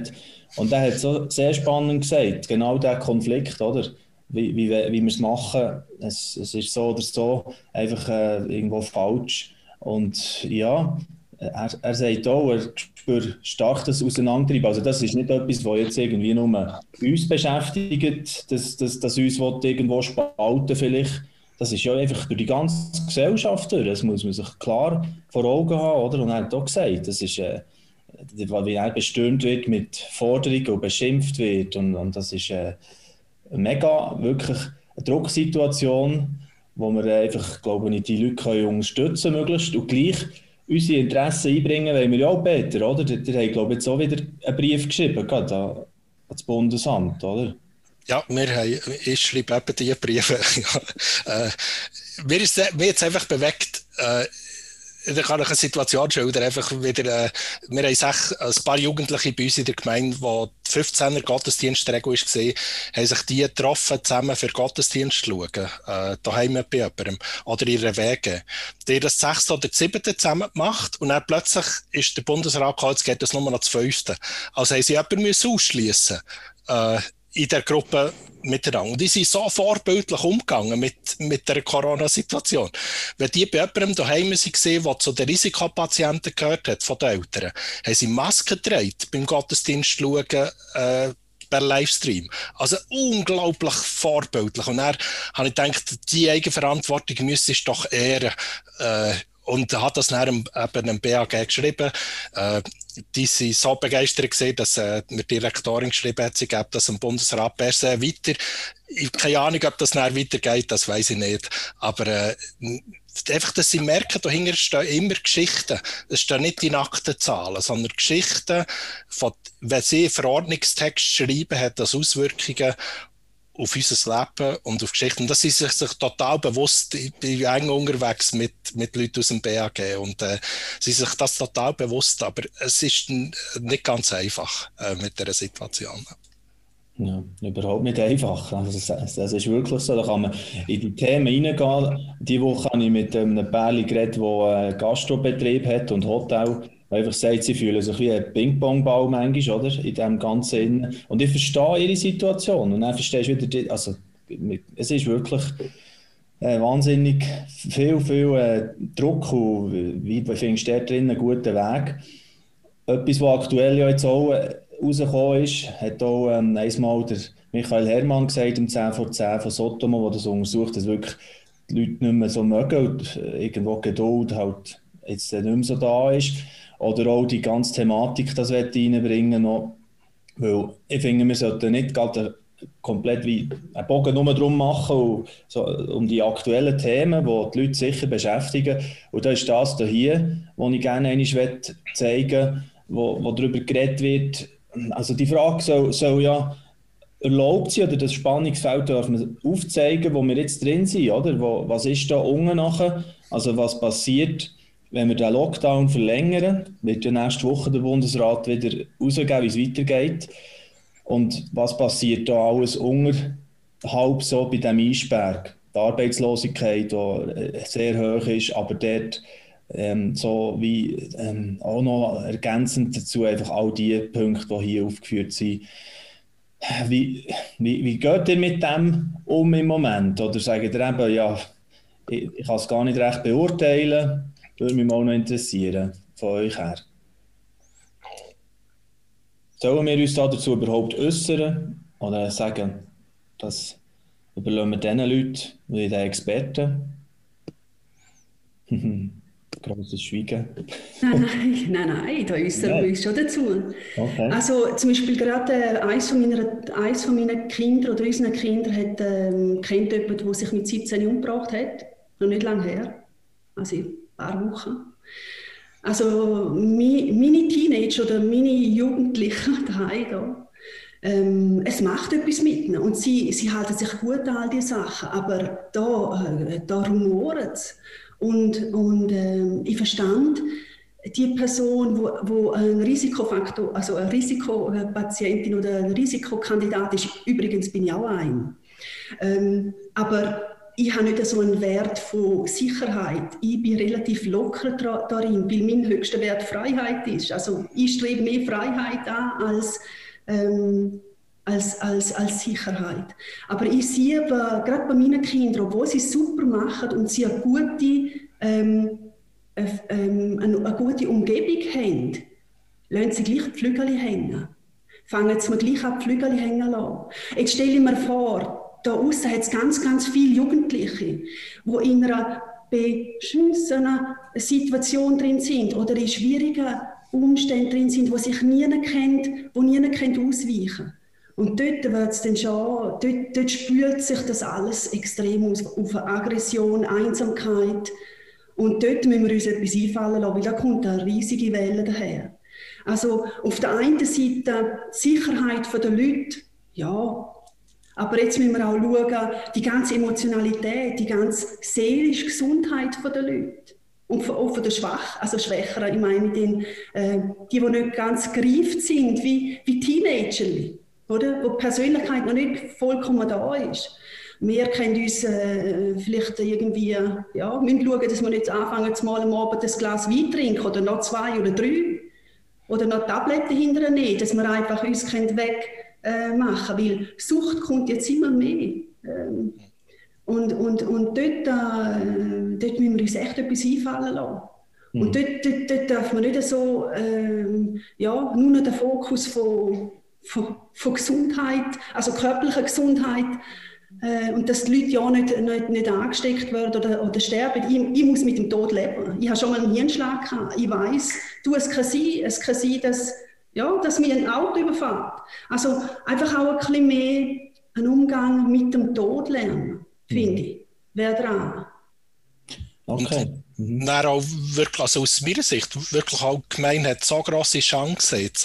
[SPEAKER 1] Und der hat so sehr spannend gesagt, genau der Konflikt, oder? Wie wir es machen, es ist so oder so einfach irgendwo falsch. Und ja, er sagt auch, er spürt stark das Auseinandertreiben. Also das ist nicht etwas, was jetzt irgendwie nur uns beschäftigt, dass uns irgendwo spalten vielleicht. Das ist ja einfach durch die ganze Gesellschaft durch. Das muss man sich klar vor Augen haben, oder? Und er hat auch gesagt, das ist, wie er bestürmt wird mit Forderungen und beschimpft wird. Und das ist mega, wirklich eine Drucksituation, wo wir einfach, glaube ich, die Leute unterstützen können, möglichst. Und gleich unsere Interessen einbringen wollen wir ja auch, Peter, oder? Der hat, glaube ich, jetzt auch wieder einen Brief geschrieben, gerade an das Bundesamt, oder?
[SPEAKER 2] Ja, ich schreibe eben diese Briefe. Mir jetzt einfach bewegt, ich kann euch eine Situation schildern, einfach wieder, wir haben ein paar Jugendliche bei uns in der Gemeinde, die die 15er Gottesdienstregel war, haben sich die getroffen, zusammen für Gottesdienst zu schauen, daheim bei jemandem oder in einer Wege. Die haben das 6. oder 7. zusammen gemacht und dann plötzlich ist der Bundesrat gekommen, jetzt geht das nur noch das 5. Also haben sie jemanden ausschliessen in der Gruppe miteinander. Und die sind so vorbildlich umgegangen mit der Corona-Situation. Wenn die bei jemandem daheim waren, der zu den Risikopatienten gehört hat, von den Eltern, haben sie Masken getragen beim Gottesdienst schauen, per Livestream. Also unglaublich vorbildlich. Und dann habe ich gedacht, die Eigenverantwortung müsste ich doch ehren. Und hat das dann eben einem BAG geschrieben. Die sind so begeistert gewesen, dass mir die Rektorin geschrieben hat, sie geben das dem Bundesrat per se weiter. Ich habe keine Ahnung, ob das dann weitergeht, das weiß ich nicht. Aber einfach, dass sie merken, dahinter stehen immer Geschichten. Es stehen nicht die nackten Zahlen, sondern Geschichten, wenn sie einen Verordnungstext schreiben, hat das Auswirkungen auf unser Leben und auf Geschichten. Und das ist sich total bewusst. Ich bin eng unterwegs mit Leuten aus dem BAG und sie sind sich das total bewusst, aber es ist nicht ganz einfach mit dieser Situation.
[SPEAKER 1] Ja, überhaupt nicht einfach. Also das ist wirklich so. Da kann man in die Themen reingehen. Diese Woche habe ich mit einem Pärchen geredet, der einen Gastrobetrieb hat und Hotel. Einfach sagt, sie fühlen sich wie ein Ping-Pong-Ball manchmal, oder? In dem Ganzen. Und ich verstehe ihre Situation. Und dann verstehst du wieder, also es ist wirklich wahnsinnig viel Druck und wie findest du da drin einen guten Weg? Etwas, was aktuell ja jetzt auch rausgekommen ist, hat auch einmal der Michael Herrmann gesagt, im 10 vor 10 von Sotomo, der das untersucht, dass wirklich die Leute nicht mehr so mögen und irgendwo Geduld halt jetzt nicht mehr so da ist. Oder auch die ganze Thematik, das reinbringen noch. Weil ich finde, wir sollten nicht gerade komplett wie einen Bogen nur drum machen, und so, um die aktuellen Themen, die die Leute sicher beschäftigen. Und das ist das hier, was ich gerne einmal zeigen will, wo darüber geredet wird. Also die Frage soll ja erlaubt sein, oder das Spannungsfeld darf man aufzeigen, wo wir jetzt drin sind, oder? Was ist da unten nachher? Also was passiert, wenn wir den Lockdown verlängern? Wird ja nächste Woche der Bundesrat wieder rausgeben, wie es weitergeht. Und was passiert da alles unterhalb so bei diesem Eisberg? Die Arbeitslosigkeit, die sehr hoch ist, aber dort so wie auch noch ergänzend dazu einfach all die Punkte, die hier aufgeführt sind. Wie geht ihr mit dem um im Moment? Oder sagt ihr eben, ja, ich kann es gar nicht recht beurteilen, würde mich mal noch interessieren, von euch her. Sollen wir uns dazu überhaupt äußern oder sagen, das überlassen wir diesen Leuten, wie den Experten? Grosses Schweigen.
[SPEAKER 5] Nein, da äußern wir uns schon dazu.
[SPEAKER 1] Okay.
[SPEAKER 5] Also zum Beispiel gerade eins von meinen Kindern oder unseren Kindern kennt jemanden, der sich mit 17 umgebracht hat. Noch nicht lange her, also ein paar Wochen. Also meine Teenager oder meine Jugendlichen daheim es macht etwas mit ihnen und sie halten sich gut an all diese Sachen, aber da rumoren es. Und ich verstand, die Person, wo ein Risikofaktor, also eine Risikopatientin oder ein Risikokandidat ist, übrigens bin ich auch ein. Aber ich habe nicht so einen Wert von Sicherheit. Ich bin relativ locker darin, weil mein höchster Wert Freiheit ist. Also ich strebe mehr Freiheit an als als Sicherheit. Aber ich sehe gerade bei meinen Kindern, obwohl sie es super machen und sie eine gute Umgebung haben, lassen sie gleich die Flügel hängen. Fangen sie mir gleich an, die Flügel hängen zu lassen. Jetzt stelle ich mir vor, da außen hat es ganz, ganz viele Jugendliche, die in einer beschissenen Situation drin sind oder in schwierigen Umständen drin sind, wo sich niemand kennt, wo niemand ausweichen kann. Und dort wird es dann schon, dort spült sich das alles extrem aus, auf Aggression, Einsamkeit. Und dort müssen wir uns etwas einfallen lassen, weil da kommt eine riesige Welle daher. Also auf der einen Seite die Sicherheit der Leute, ja, aber jetzt müssen wir auch schauen, die ganze Emotionalität, die ganze seelische Gesundheit der Leute. Und auch von den Schwächeren, ich meine die nicht ganz gereift sind, wie Teenager, oder? Wo die Persönlichkeit noch nicht vollkommen da ist. Wir können uns vielleicht irgendwie, ja, müssen schauen, dass wir jetzt anfangen, mal am Abend ein Glas Wein trinken oder noch 2 oder 3 oder noch Tabletten hinterher nehmen, dass wir einfach uns wegmachen können, weil Sucht kommt jetzt immer mehr. Und dort müssen wir uns echt etwas einfallen lassen. Und dort darf man nicht so nur noch den Fokus von Gesundheit, also körperlicher Gesundheit, und dass die Leute ja nicht angesteckt werden oder sterben. Ich muss mit dem Tod leben. Ich habe schon mal einen Hirnschlag gehabt. Ich weiss, es kann sein, dass mir ein Auto überfährt. Also einfach auch ein bisschen mehr einen Umgang mit dem Tod lernen, finde ich. Wäre dran.
[SPEAKER 1] Okay.
[SPEAKER 2] Und dann auch wirklich, also aus meiner Sicht, wirklich auch die Gemeinde hat so grosse Chancen jetzt.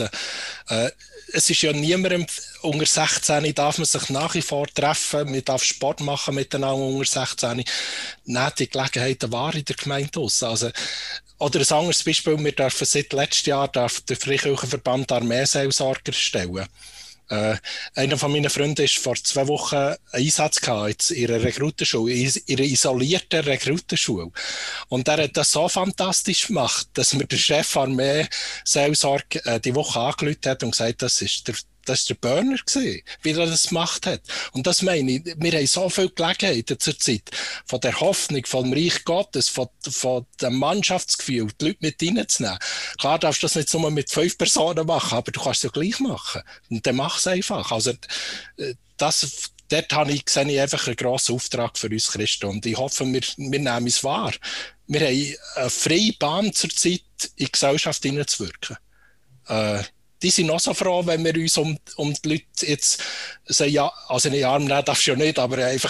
[SPEAKER 2] Es ist ja niemandem unter 16, darf man sich nach wie vor treffen, man darf Sport machen miteinander unter 16. Nehmt die Gelegenheiten wahr in der Gemeinde aus. Also, oder ein anderes Beispiel, wir dürfen seit letztem Jahr der Freikirchenverband Armeeseelsorger stellen. Einer von meinen Freunden ist vor 2 Wochen einen Einsatz gehabt in ihrer Rekrutenschule, in ihrer isolierten Rekrutenschule. Und er hat das so fantastisch gemacht, dass mir der Chef Armeeseelsorge die Woche angerufen hat und gesagt, das ist der Burner gewesen, wie er das gemacht hat. Und das meine ich, wir haben so viele Gelegenheiten zur Zeit, von der Hoffnung, vom Reich Gottes, von dem Mannschaftsgefühl, die Leute mit reinzunehmen. Klar darfst du das nicht nur mit 5 Personen machen, aber du kannst es ja gleich machen. Und dann mach es einfach. Also, dort sehe ich einfach einen grossen Auftrag für uns Christen. Und ich hoffe, wir nehmen es wahr. Wir haben eine freie Bahn zur Zeit, in die Gesellschaft hineinzuwirken. Die sind noch so froh, wenn wir uns um die Leute jetzt sagen, ja, also in den Arm nehmen darfst du ja nicht, aber einfach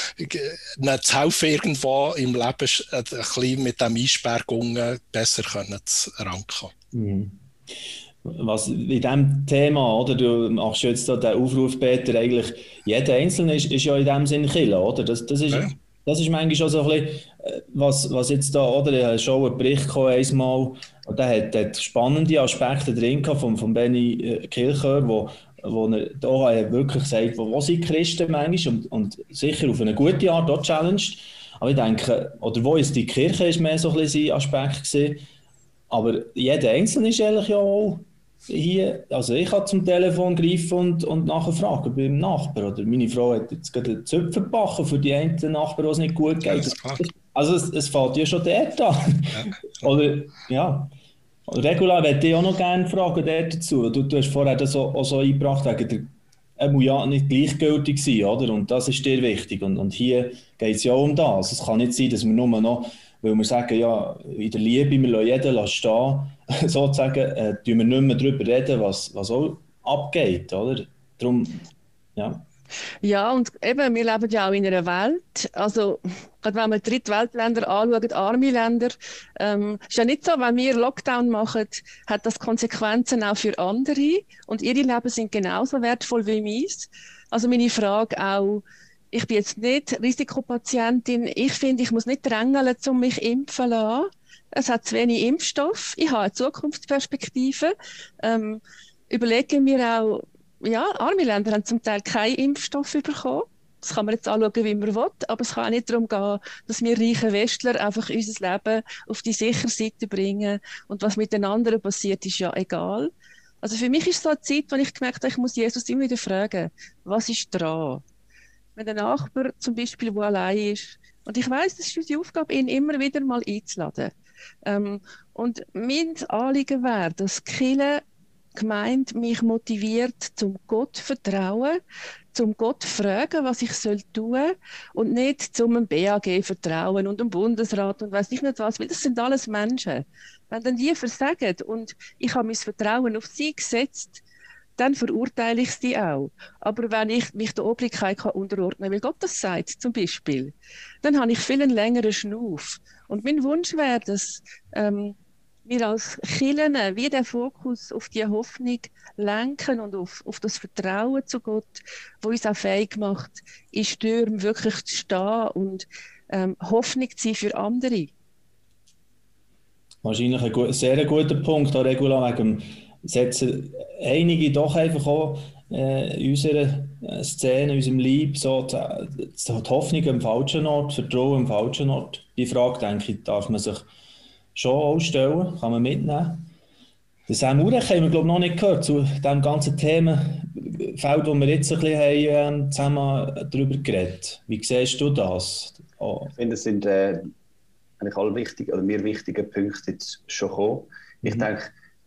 [SPEAKER 2] zu helfen, irgendwo im Leben ein bisschen mit dem Einsperrungen besser rankommen.
[SPEAKER 1] Mhm. Was in diesem Thema, oder, du machst jetzt da den Aufruf, Peter, eigentlich jeder Einzelne ist ja in dem Sinn Kirche, oder? Das ist, ja. Das ist manchmal schon so ein bisschen, was jetzt da, oder? Ich habe schon einen Bericht gekommen, einmal, und der hat spannende Aspekte drin von Benny Kilchör, wo er da wirklich sagt, wo sind Christen manchmal und sicher auf eine gute Art auch challenged. Aber ich denke, oder wo ist die Kirche, ist mehr so ein bisschen sein Aspekt gewesen. Aber jeder Einzelne ist eigentlich ja auch hier, also ich kann zum Telefon greifen und nachher fragen beim Nachbar. Oder meine Frau hat jetzt gerade einen Zöpfen gebacken für die einen Nachbarn, wo es nicht gut geht. Ja, also es fällt ja schon dort an. Ja. Oder, ja. Regula, ich würde dich auch noch gerne fragen dazu. Du hast vorher das auch so eingebracht, wegen er muss ja nicht gleichgültig sein, oder? Und das ist dir wichtig. Und hier geht es ja auch um das. Es kann nicht sein, dass wir nur noch, weil wir sagen, ja, in der Liebe, wir lassen jeden stehen, sozusagen, tun wir nicht mehr darüber reden, was auch abgeht, oder? Darum, ja.
[SPEAKER 3] Ja, und eben, wir leben ja auch in einer Welt, also gerade wenn wir Drittweltländer anschauen, arme Länder, ist ja nicht so, wenn wir Lockdown machen, hat das Konsequenzen auch für andere und ihre Leben sind genauso wertvoll wie meins. Also meine Frage auch, ich bin jetzt nicht Risikopatientin, ich finde, ich muss nicht drängeln, um mich impfen zu lassen. Es hat zu wenig Impfstoff, ich habe eine Zukunftsperspektive. Überlegen wir auch, ja, arme Länder haben zum Teil keinen Impfstoff bekommen. Das kann man jetzt anschauen, wie man will, aber es kann auch nicht darum gehen, dass wir reichen Westler einfach unser Leben auf die sichere Seite bringen und was mit den anderen passiert, ist ja egal. Also für mich ist so eine Zeit, wo ich gemerkt habe, ich muss Jesus immer wieder fragen, was ist dran? Wenn der Nachbar zum Beispiel, der allein ist, und ich weiss, das ist unsere Aufgabe, ihn immer wieder mal einzuladen. Und mein Anliegen wäre, dass die Kirche, Gemeinde mich motiviert, zum Gott vertrauen, zum Gott fragen, was ich tun soll und nicht zum BAG vertrauen und dem Bundesrat und weiss nicht was, weil das sind alles Menschen. Wenn dann die versagen und ich habe mein Vertrauen auf sie gesetzt, dann verurteile ich sie auch. Aber wenn ich mich der Obrigkeit unterordnen kann, weil Gott das sagt, zum Beispiel, dann habe ich viel einen längeren Schnuff. Und mein Wunsch wäre, dass wir als Kirchen wie den Fokus auf die Hoffnung lenken und auf das Vertrauen zu Gott, das uns auch fähig macht, in Stürmen wirklich zu stehen und Hoffnung zu sein für andere.
[SPEAKER 1] Wahrscheinlich ein sehr guter Punkt, auch Regula, wegen setzen einige doch einfach auch in unserer Szene, in unserem Leib, so die Hoffnung am falschen Ort, Vertrauen am falschen Ort. Die Frage, denke ich, darf man sich schon auch stellen, kann man mitnehmen. Das Sam Urech haben wir, glaube ich, noch nicht gehört zu dem ganzen Themenfeld, wo wir jetzt ein bisschen haben, zusammen darüber geredet. Wie siehst du das?
[SPEAKER 4] Ich finde, es sind eigentlich alle wichtigen, oder mir wichtige Punkte jetzt schon gekommen. Ich denke,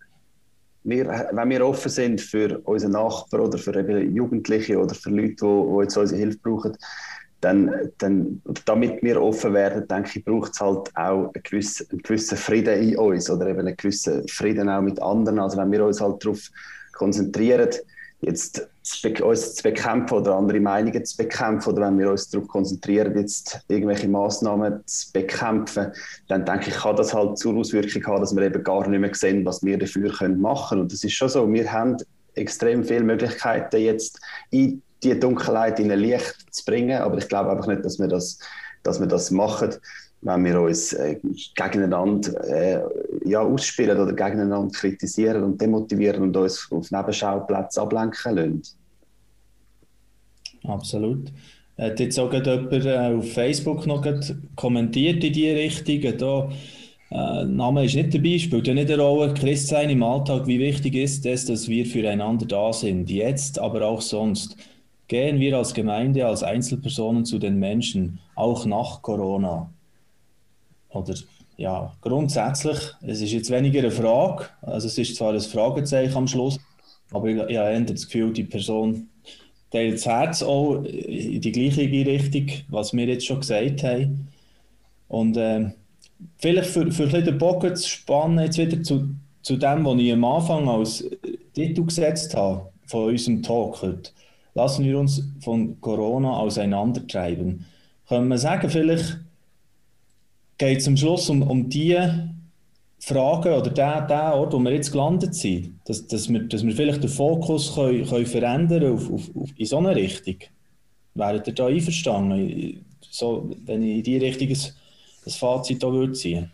[SPEAKER 4] wenn wir offen sind für unsere Nachbarn oder für Jugendliche oder für Leute, die jetzt unsere Hilfe brauchen, dann, damit wir offen werden, denke ich, braucht es halt auch einen gewissen Frieden in uns oder eben einen gewissen Frieden auch mit anderen. Also wenn wir uns halt darauf konzentrieren, jetzt uns zu bekämpfen oder andere Meinungen zu bekämpfen oder wenn wir uns darauf konzentrieren, jetzt irgendwelche Massnahmen zu bekämpfen, dann denke ich, kann das halt zur Auswirkung haben, dass wir eben gar nicht mehr sehen, was wir dafür machen können. Und das ist schon so, wir haben extrem viele Möglichkeiten jetzt in die Dunkelheit in ein Licht zu bringen, aber ich glaube einfach nicht, dass wir das machen, wenn wir uns gegeneinander ausspielen oder gegeneinander kritisieren und demotivieren und uns auf Nebenschauplätze ablenken lassen.
[SPEAKER 1] Absolut. Hat jetzt auch jemand auf Facebook noch kommentiert in diese Richtung. Da, Name ist nicht dabei, spielt ja nicht eine Rolle. Christsein im Alltag, wie wichtig ist es, dass wir füreinander da sind, jetzt, aber auch sonst. Gehen wir als Gemeinde, als Einzelpersonen zu den Menschen, auch nach Corona? Oder ja, grundsätzlich, es ist jetzt weniger eine Frage, also es ist zwar ein Fragezeichen am Schluss, aber ich habe eher das Gefühl, die Person teilt das Herz auch in die gleiche Richtung, was wir jetzt schon gesagt haben. Und vielleicht für ein bisschen den Bogen zu spannen, jetzt wieder zu dem, was ich am Anfang als Titel gesetzt habe, von unserem Talk heute. Lassen wir uns von Corona auseinandertreiben. Können wir sagen, vielleicht geht es am Schluss um die Fragen oder den Ort, wo wir jetzt gelandet sind, dass wir vielleicht den Fokus können verändern in so eine Richtung. Wäret ihr da einverstanden, so, wenn ich in die Richtung ein Fazit da würde ziehen?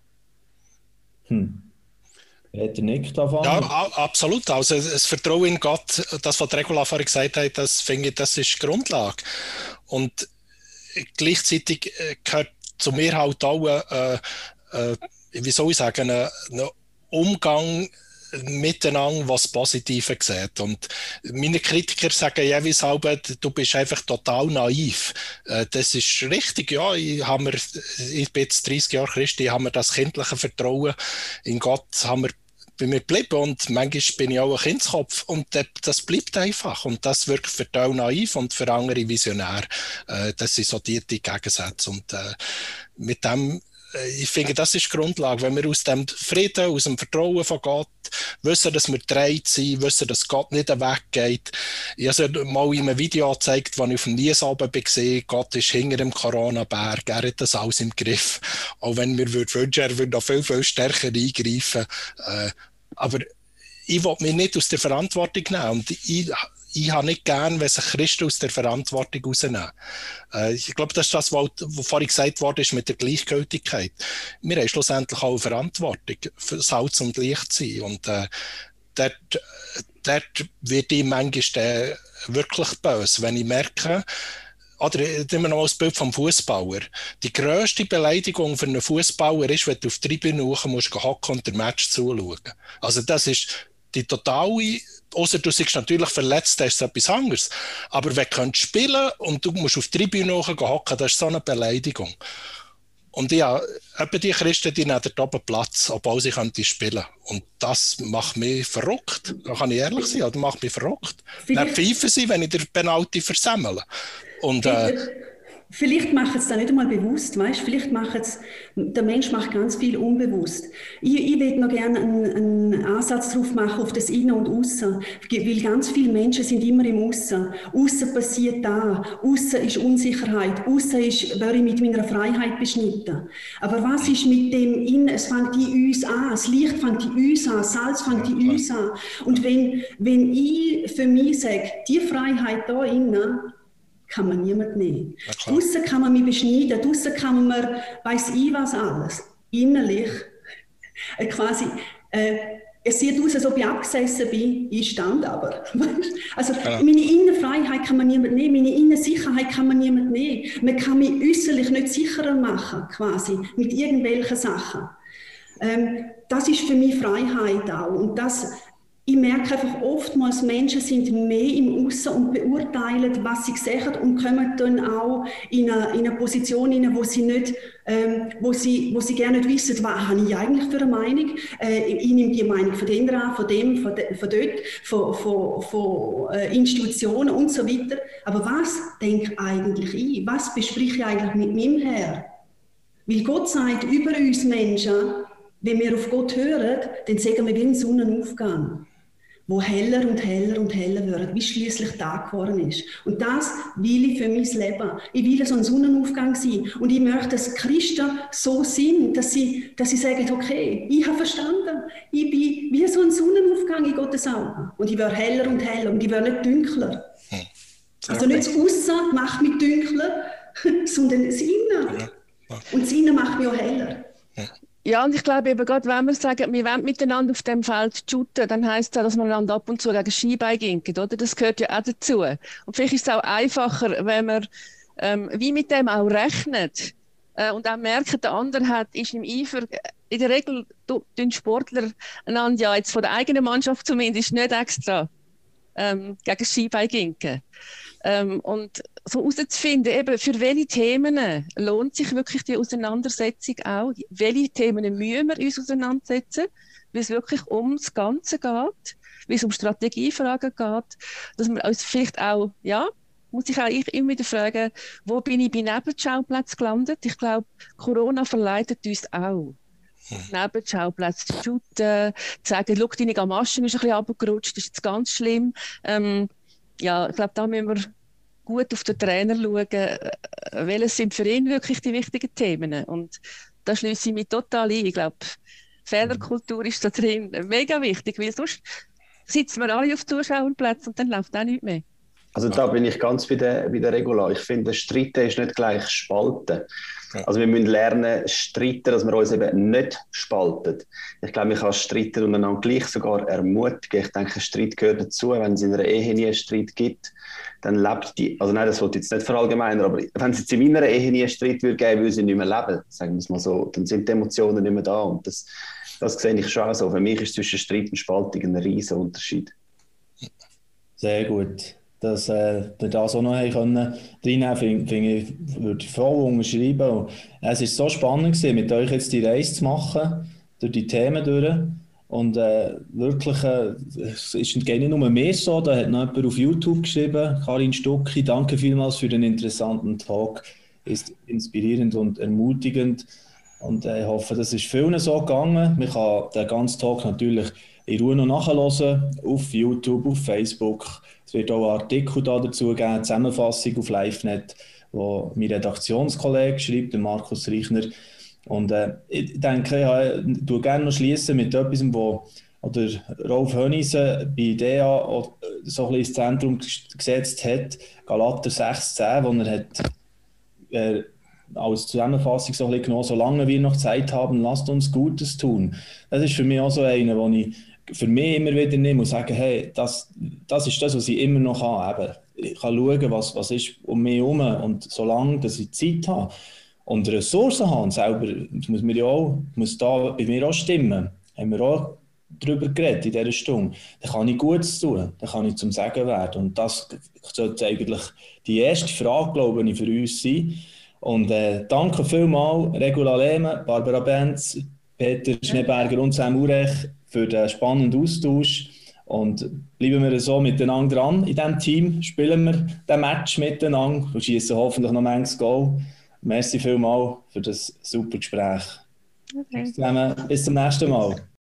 [SPEAKER 1] Hat der Nick davon?
[SPEAKER 2] Ja, absolut. Also das Vertrauen in Gott, das, was Regula vorhin gesagt hat, das finde ich, das ist die Grundlage. Und gleichzeitig gehört zu mir halt auch, wie soll ich sagen, ein Umgang miteinander, was Positive sieht. Und meine Kritiker sagen jeweils halb, du bist einfach total naiv. Das ist richtig, ja. Ich bin jetzt 30 Jahre Christ, ich habe mir das kindliche Vertrauen in Gott bei mir geblieben und manchmal bin ich auch ein Kindskopf und das bleibt einfach und das wirkt für die naiv und für andere visionär. Das sind so die Gegensätze und mit dem ich finde, das ist die Grundlage. Wenn wir aus dem Frieden, aus dem Vertrauen von Gott wissen, dass wir dreit sind, wissen, dass Gott nicht weggeht. Ich habe es mal in einem Video gezeigt, als ich auf dem Niesabend war, Gott ist hinter dem Corona-Berg, er hat das alles im Griff. Auch wenn wir wünschen, er würde noch viel, viel stärker eingreifen. Aber ich will mich nicht aus der Verantwortung nehmen. Und ich habe nicht gern, wenn sich Christen aus der Verantwortung rausnehmen. Ich glaube, das ist das, was vorhin gesagt worden ist mit der Gleichgültigkeit. Wir haben schlussendlich auch eine Verantwortung, für Salz und Licht zu sein. Und dort wird ich manchmal wirklich böse, wenn ich merke, oder nehmen wir noch mal das Bild vom Fußballer. Die grösste Beleidigung für einen Fußballer ist, wenn du auf die Tribüne hoch musst hocken und den Match zuschauen. Also das ist die totale, außer du bist natürlich verletzt, das ist etwas anderes. Aber wenn du spielen und du musst auf die Tribüne hocken, das ist so eine Beleidigung. Und ja, etwa die Christen, die nehmen dort oben Platz, obwohl sie spielen. Und das macht mich verrückt. Da kann ich ehrlich sein, das macht mich verrückt. Dann pfeifen sie, wenn ich den Penalty versemmle. Und
[SPEAKER 5] vielleicht machen es dann nicht einmal bewusst, weißt? Vielleicht der Mensch macht ganz viel unbewusst. Ich würde noch gerne einen Ansatz drauf machen, auf das Innen und Aussen. Weil ganz viele Menschen sind immer im Aussen. Aussen passiert da. Aussen ist Unsicherheit. Aussen wäre ich mit meiner Freiheit beschnitten. Aber was ist mit dem Innen? Es fängt in uns an. Das Licht fängt in uns an. Salz fängt in uns an. Und wenn ich für mich sage, die Freiheit da innen, kann man niemand nehmen. Draussen kann man mich beschneiden, draussen kann man weiss ich was alles. Innerlich quasi, es sieht aus, als ob ich abgesessen bin, ich stand aber. Also meine innere Freiheit kann man niemand nehmen, meine innere Sicherheit kann man niemand nehmen. Man kann mich äußerlich nicht sicherer machen, quasi, mit irgendwelchen Sachen. Das ist für mich Freiheit auch. Und ich merke einfach oftmals, Menschen sind mehr im Aussen und beurteilen, was sie sehen und kommen dann auch in eine Position hinein, wo sie gerne nicht wissen, was habe ich eigentlich für eine Meinung. Ich nehme die Meinung von denen an, von dem, von dort, von Institutionen und so weiter. Aber was denke eigentlich ich? Was bespreche ich eigentlich mit meinem Herr? Weil Gott sagt über uns Menschen, wenn wir auf Gott hören, dann sagen wir wie ein Sonnenaufgang, wo heller und heller und heller wird, wie schließlich Tag geworden ist. Und das will ich für mein Leben. Ich will so ein Sonnenaufgang sein. Und ich möchte, dass Christen so sind, dass sie sagen, okay, ich habe verstanden, ich bin wie so ein Sonnenaufgang in Gottes Augen. Und ich werde heller und heller und ich werde nicht dunkler. Also nicht das Aussen macht mich dunkler, sondern das Innen. Und das Innen macht mich auch heller.
[SPEAKER 3] Ja, und ich glaube eben gerade, wenn wir sagen, wir wollen miteinander auf dem Feld shooten, dann heisst das, dass man einander ab und zu gegen Skibein ginkt, oder? Das gehört ja auch dazu. Und vielleicht ist es auch einfacher, wenn man wie mit dem auch rechnet und auch merkt, der andere ist im Eifer. In der Regel tun Sportler einander ja jetzt von der eigenen Mannschaft zumindest nicht extra gegen Skibein ginken. Und so herauszufinden, eben für welche Themen lohnt sich wirklich die Auseinandersetzung auch, welche Themen müssen wir uns auseinandersetzen, weil es wirklich ums Ganze geht, weil es um Strategiefragen geht, dass wir uns vielleicht auch, ja, muss ich auch immer wieder fragen, wo bin ich bei Nebenschauplätzen gelandet? Ich glaube, Corona verleitet uns auch. Nebenschauplätze zu shooten, zu sagen, schau, deine Gamaschen ist ein bisschen runtergerutscht, das ist jetzt ganz schlimm. Ja, ich glaube, da müssen wir gut auf den Trainer schauen, welche sind für ihn wirklich die wichtigen Themen. Und da schließe ich mich total ein. Ich glaube, Fehlerkultur ist da drin mega wichtig, weil sonst sitzen wir alle auf Zuschauerplätzen und dann läuft auch nichts mehr.
[SPEAKER 4] Also da bin ich ganz bei der Regula. Ich finde, Streiten ist nicht gleich Spalten. Also wir müssen lernen, streiten, dass wir uns eben nicht spalten. Ich glaube, man kann streiten und einander gleich sogar ermutigen. Ich denke, Streit gehört dazu. Wenn es in einer Ehe nie einen Streit gibt, dann lebt die, also nein, das wollte ich jetzt nicht verallgemeinern, aber wenn es jetzt in meiner Ehe nie einen Streit würde geben, würde sie nicht mehr leben, sagen wir es mal so. Dann sind die Emotionen nicht mehr da. Und das sehe ich schon so. Für mich ist zwischen Streit und Spaltung ein riesen Unterschied.
[SPEAKER 1] Sehr gut. Dass wir das auch noch reinnehmen können, finde ich, würde ich voll unterschreiben. Und es war so spannend gewesen, mit euch jetzt die Reise zu machen, durch die Themen durch. Und wirklich, es geht nicht nur mir so, da hat noch jemand auf YouTube geschrieben, Karin Stucki, danke vielmals für den interessanten Talk, ist inspirierend und ermutigend. Und ich hoffe, das ist vielen so gegangen. Man kann den ganzen Talk natürlich in Ruhe noch nachhören, auf YouTube, auf Facebook. Es wird auch einen Artikel dazu geben, eine Zusammenfassung auf LiveNet, wo mein Redaktionskollege schreibt, der Markus Reichner. Und ich denke, ich tue gerne noch schließen mit etwas, wo oder Rolf Hönnisen bei DEA so ein bisschen ins Zentrum gesetzt hat, Galater 6,10, wo er hat als Zusammenfassung so ein bisschen genommen, solange wir noch Zeit haben, lasst uns Gutes tun. Das ist für mich auch so einer, wo ich für mich immer wieder nehme und sage, hey, das ist das, was ich immer noch habe. Ich kann schauen, was ist um mich herum, und solange dass ich Zeit habe und Ressourcen habe, selber, muss da bei mir auch stimmen, haben wir auch darüber geredet in dieser Stunde, dann kann ich Gutes tun, dann kann ich zum Segen werden. Und das sollte eigentlich die erste Frage, glaube ich, für uns sein. Und danke vielmals, Regula Lehmann, Barbara Benz, Peter Schneeberger und Sam Urech für den spannenden Austausch. Und bleiben wir so miteinander dran in diesem Team, spielen wir den Match miteinander und schießen hoffentlich noch manches Goal. Merci vielmals für das super Gespräch. Okay. Bis zum nächsten Mal.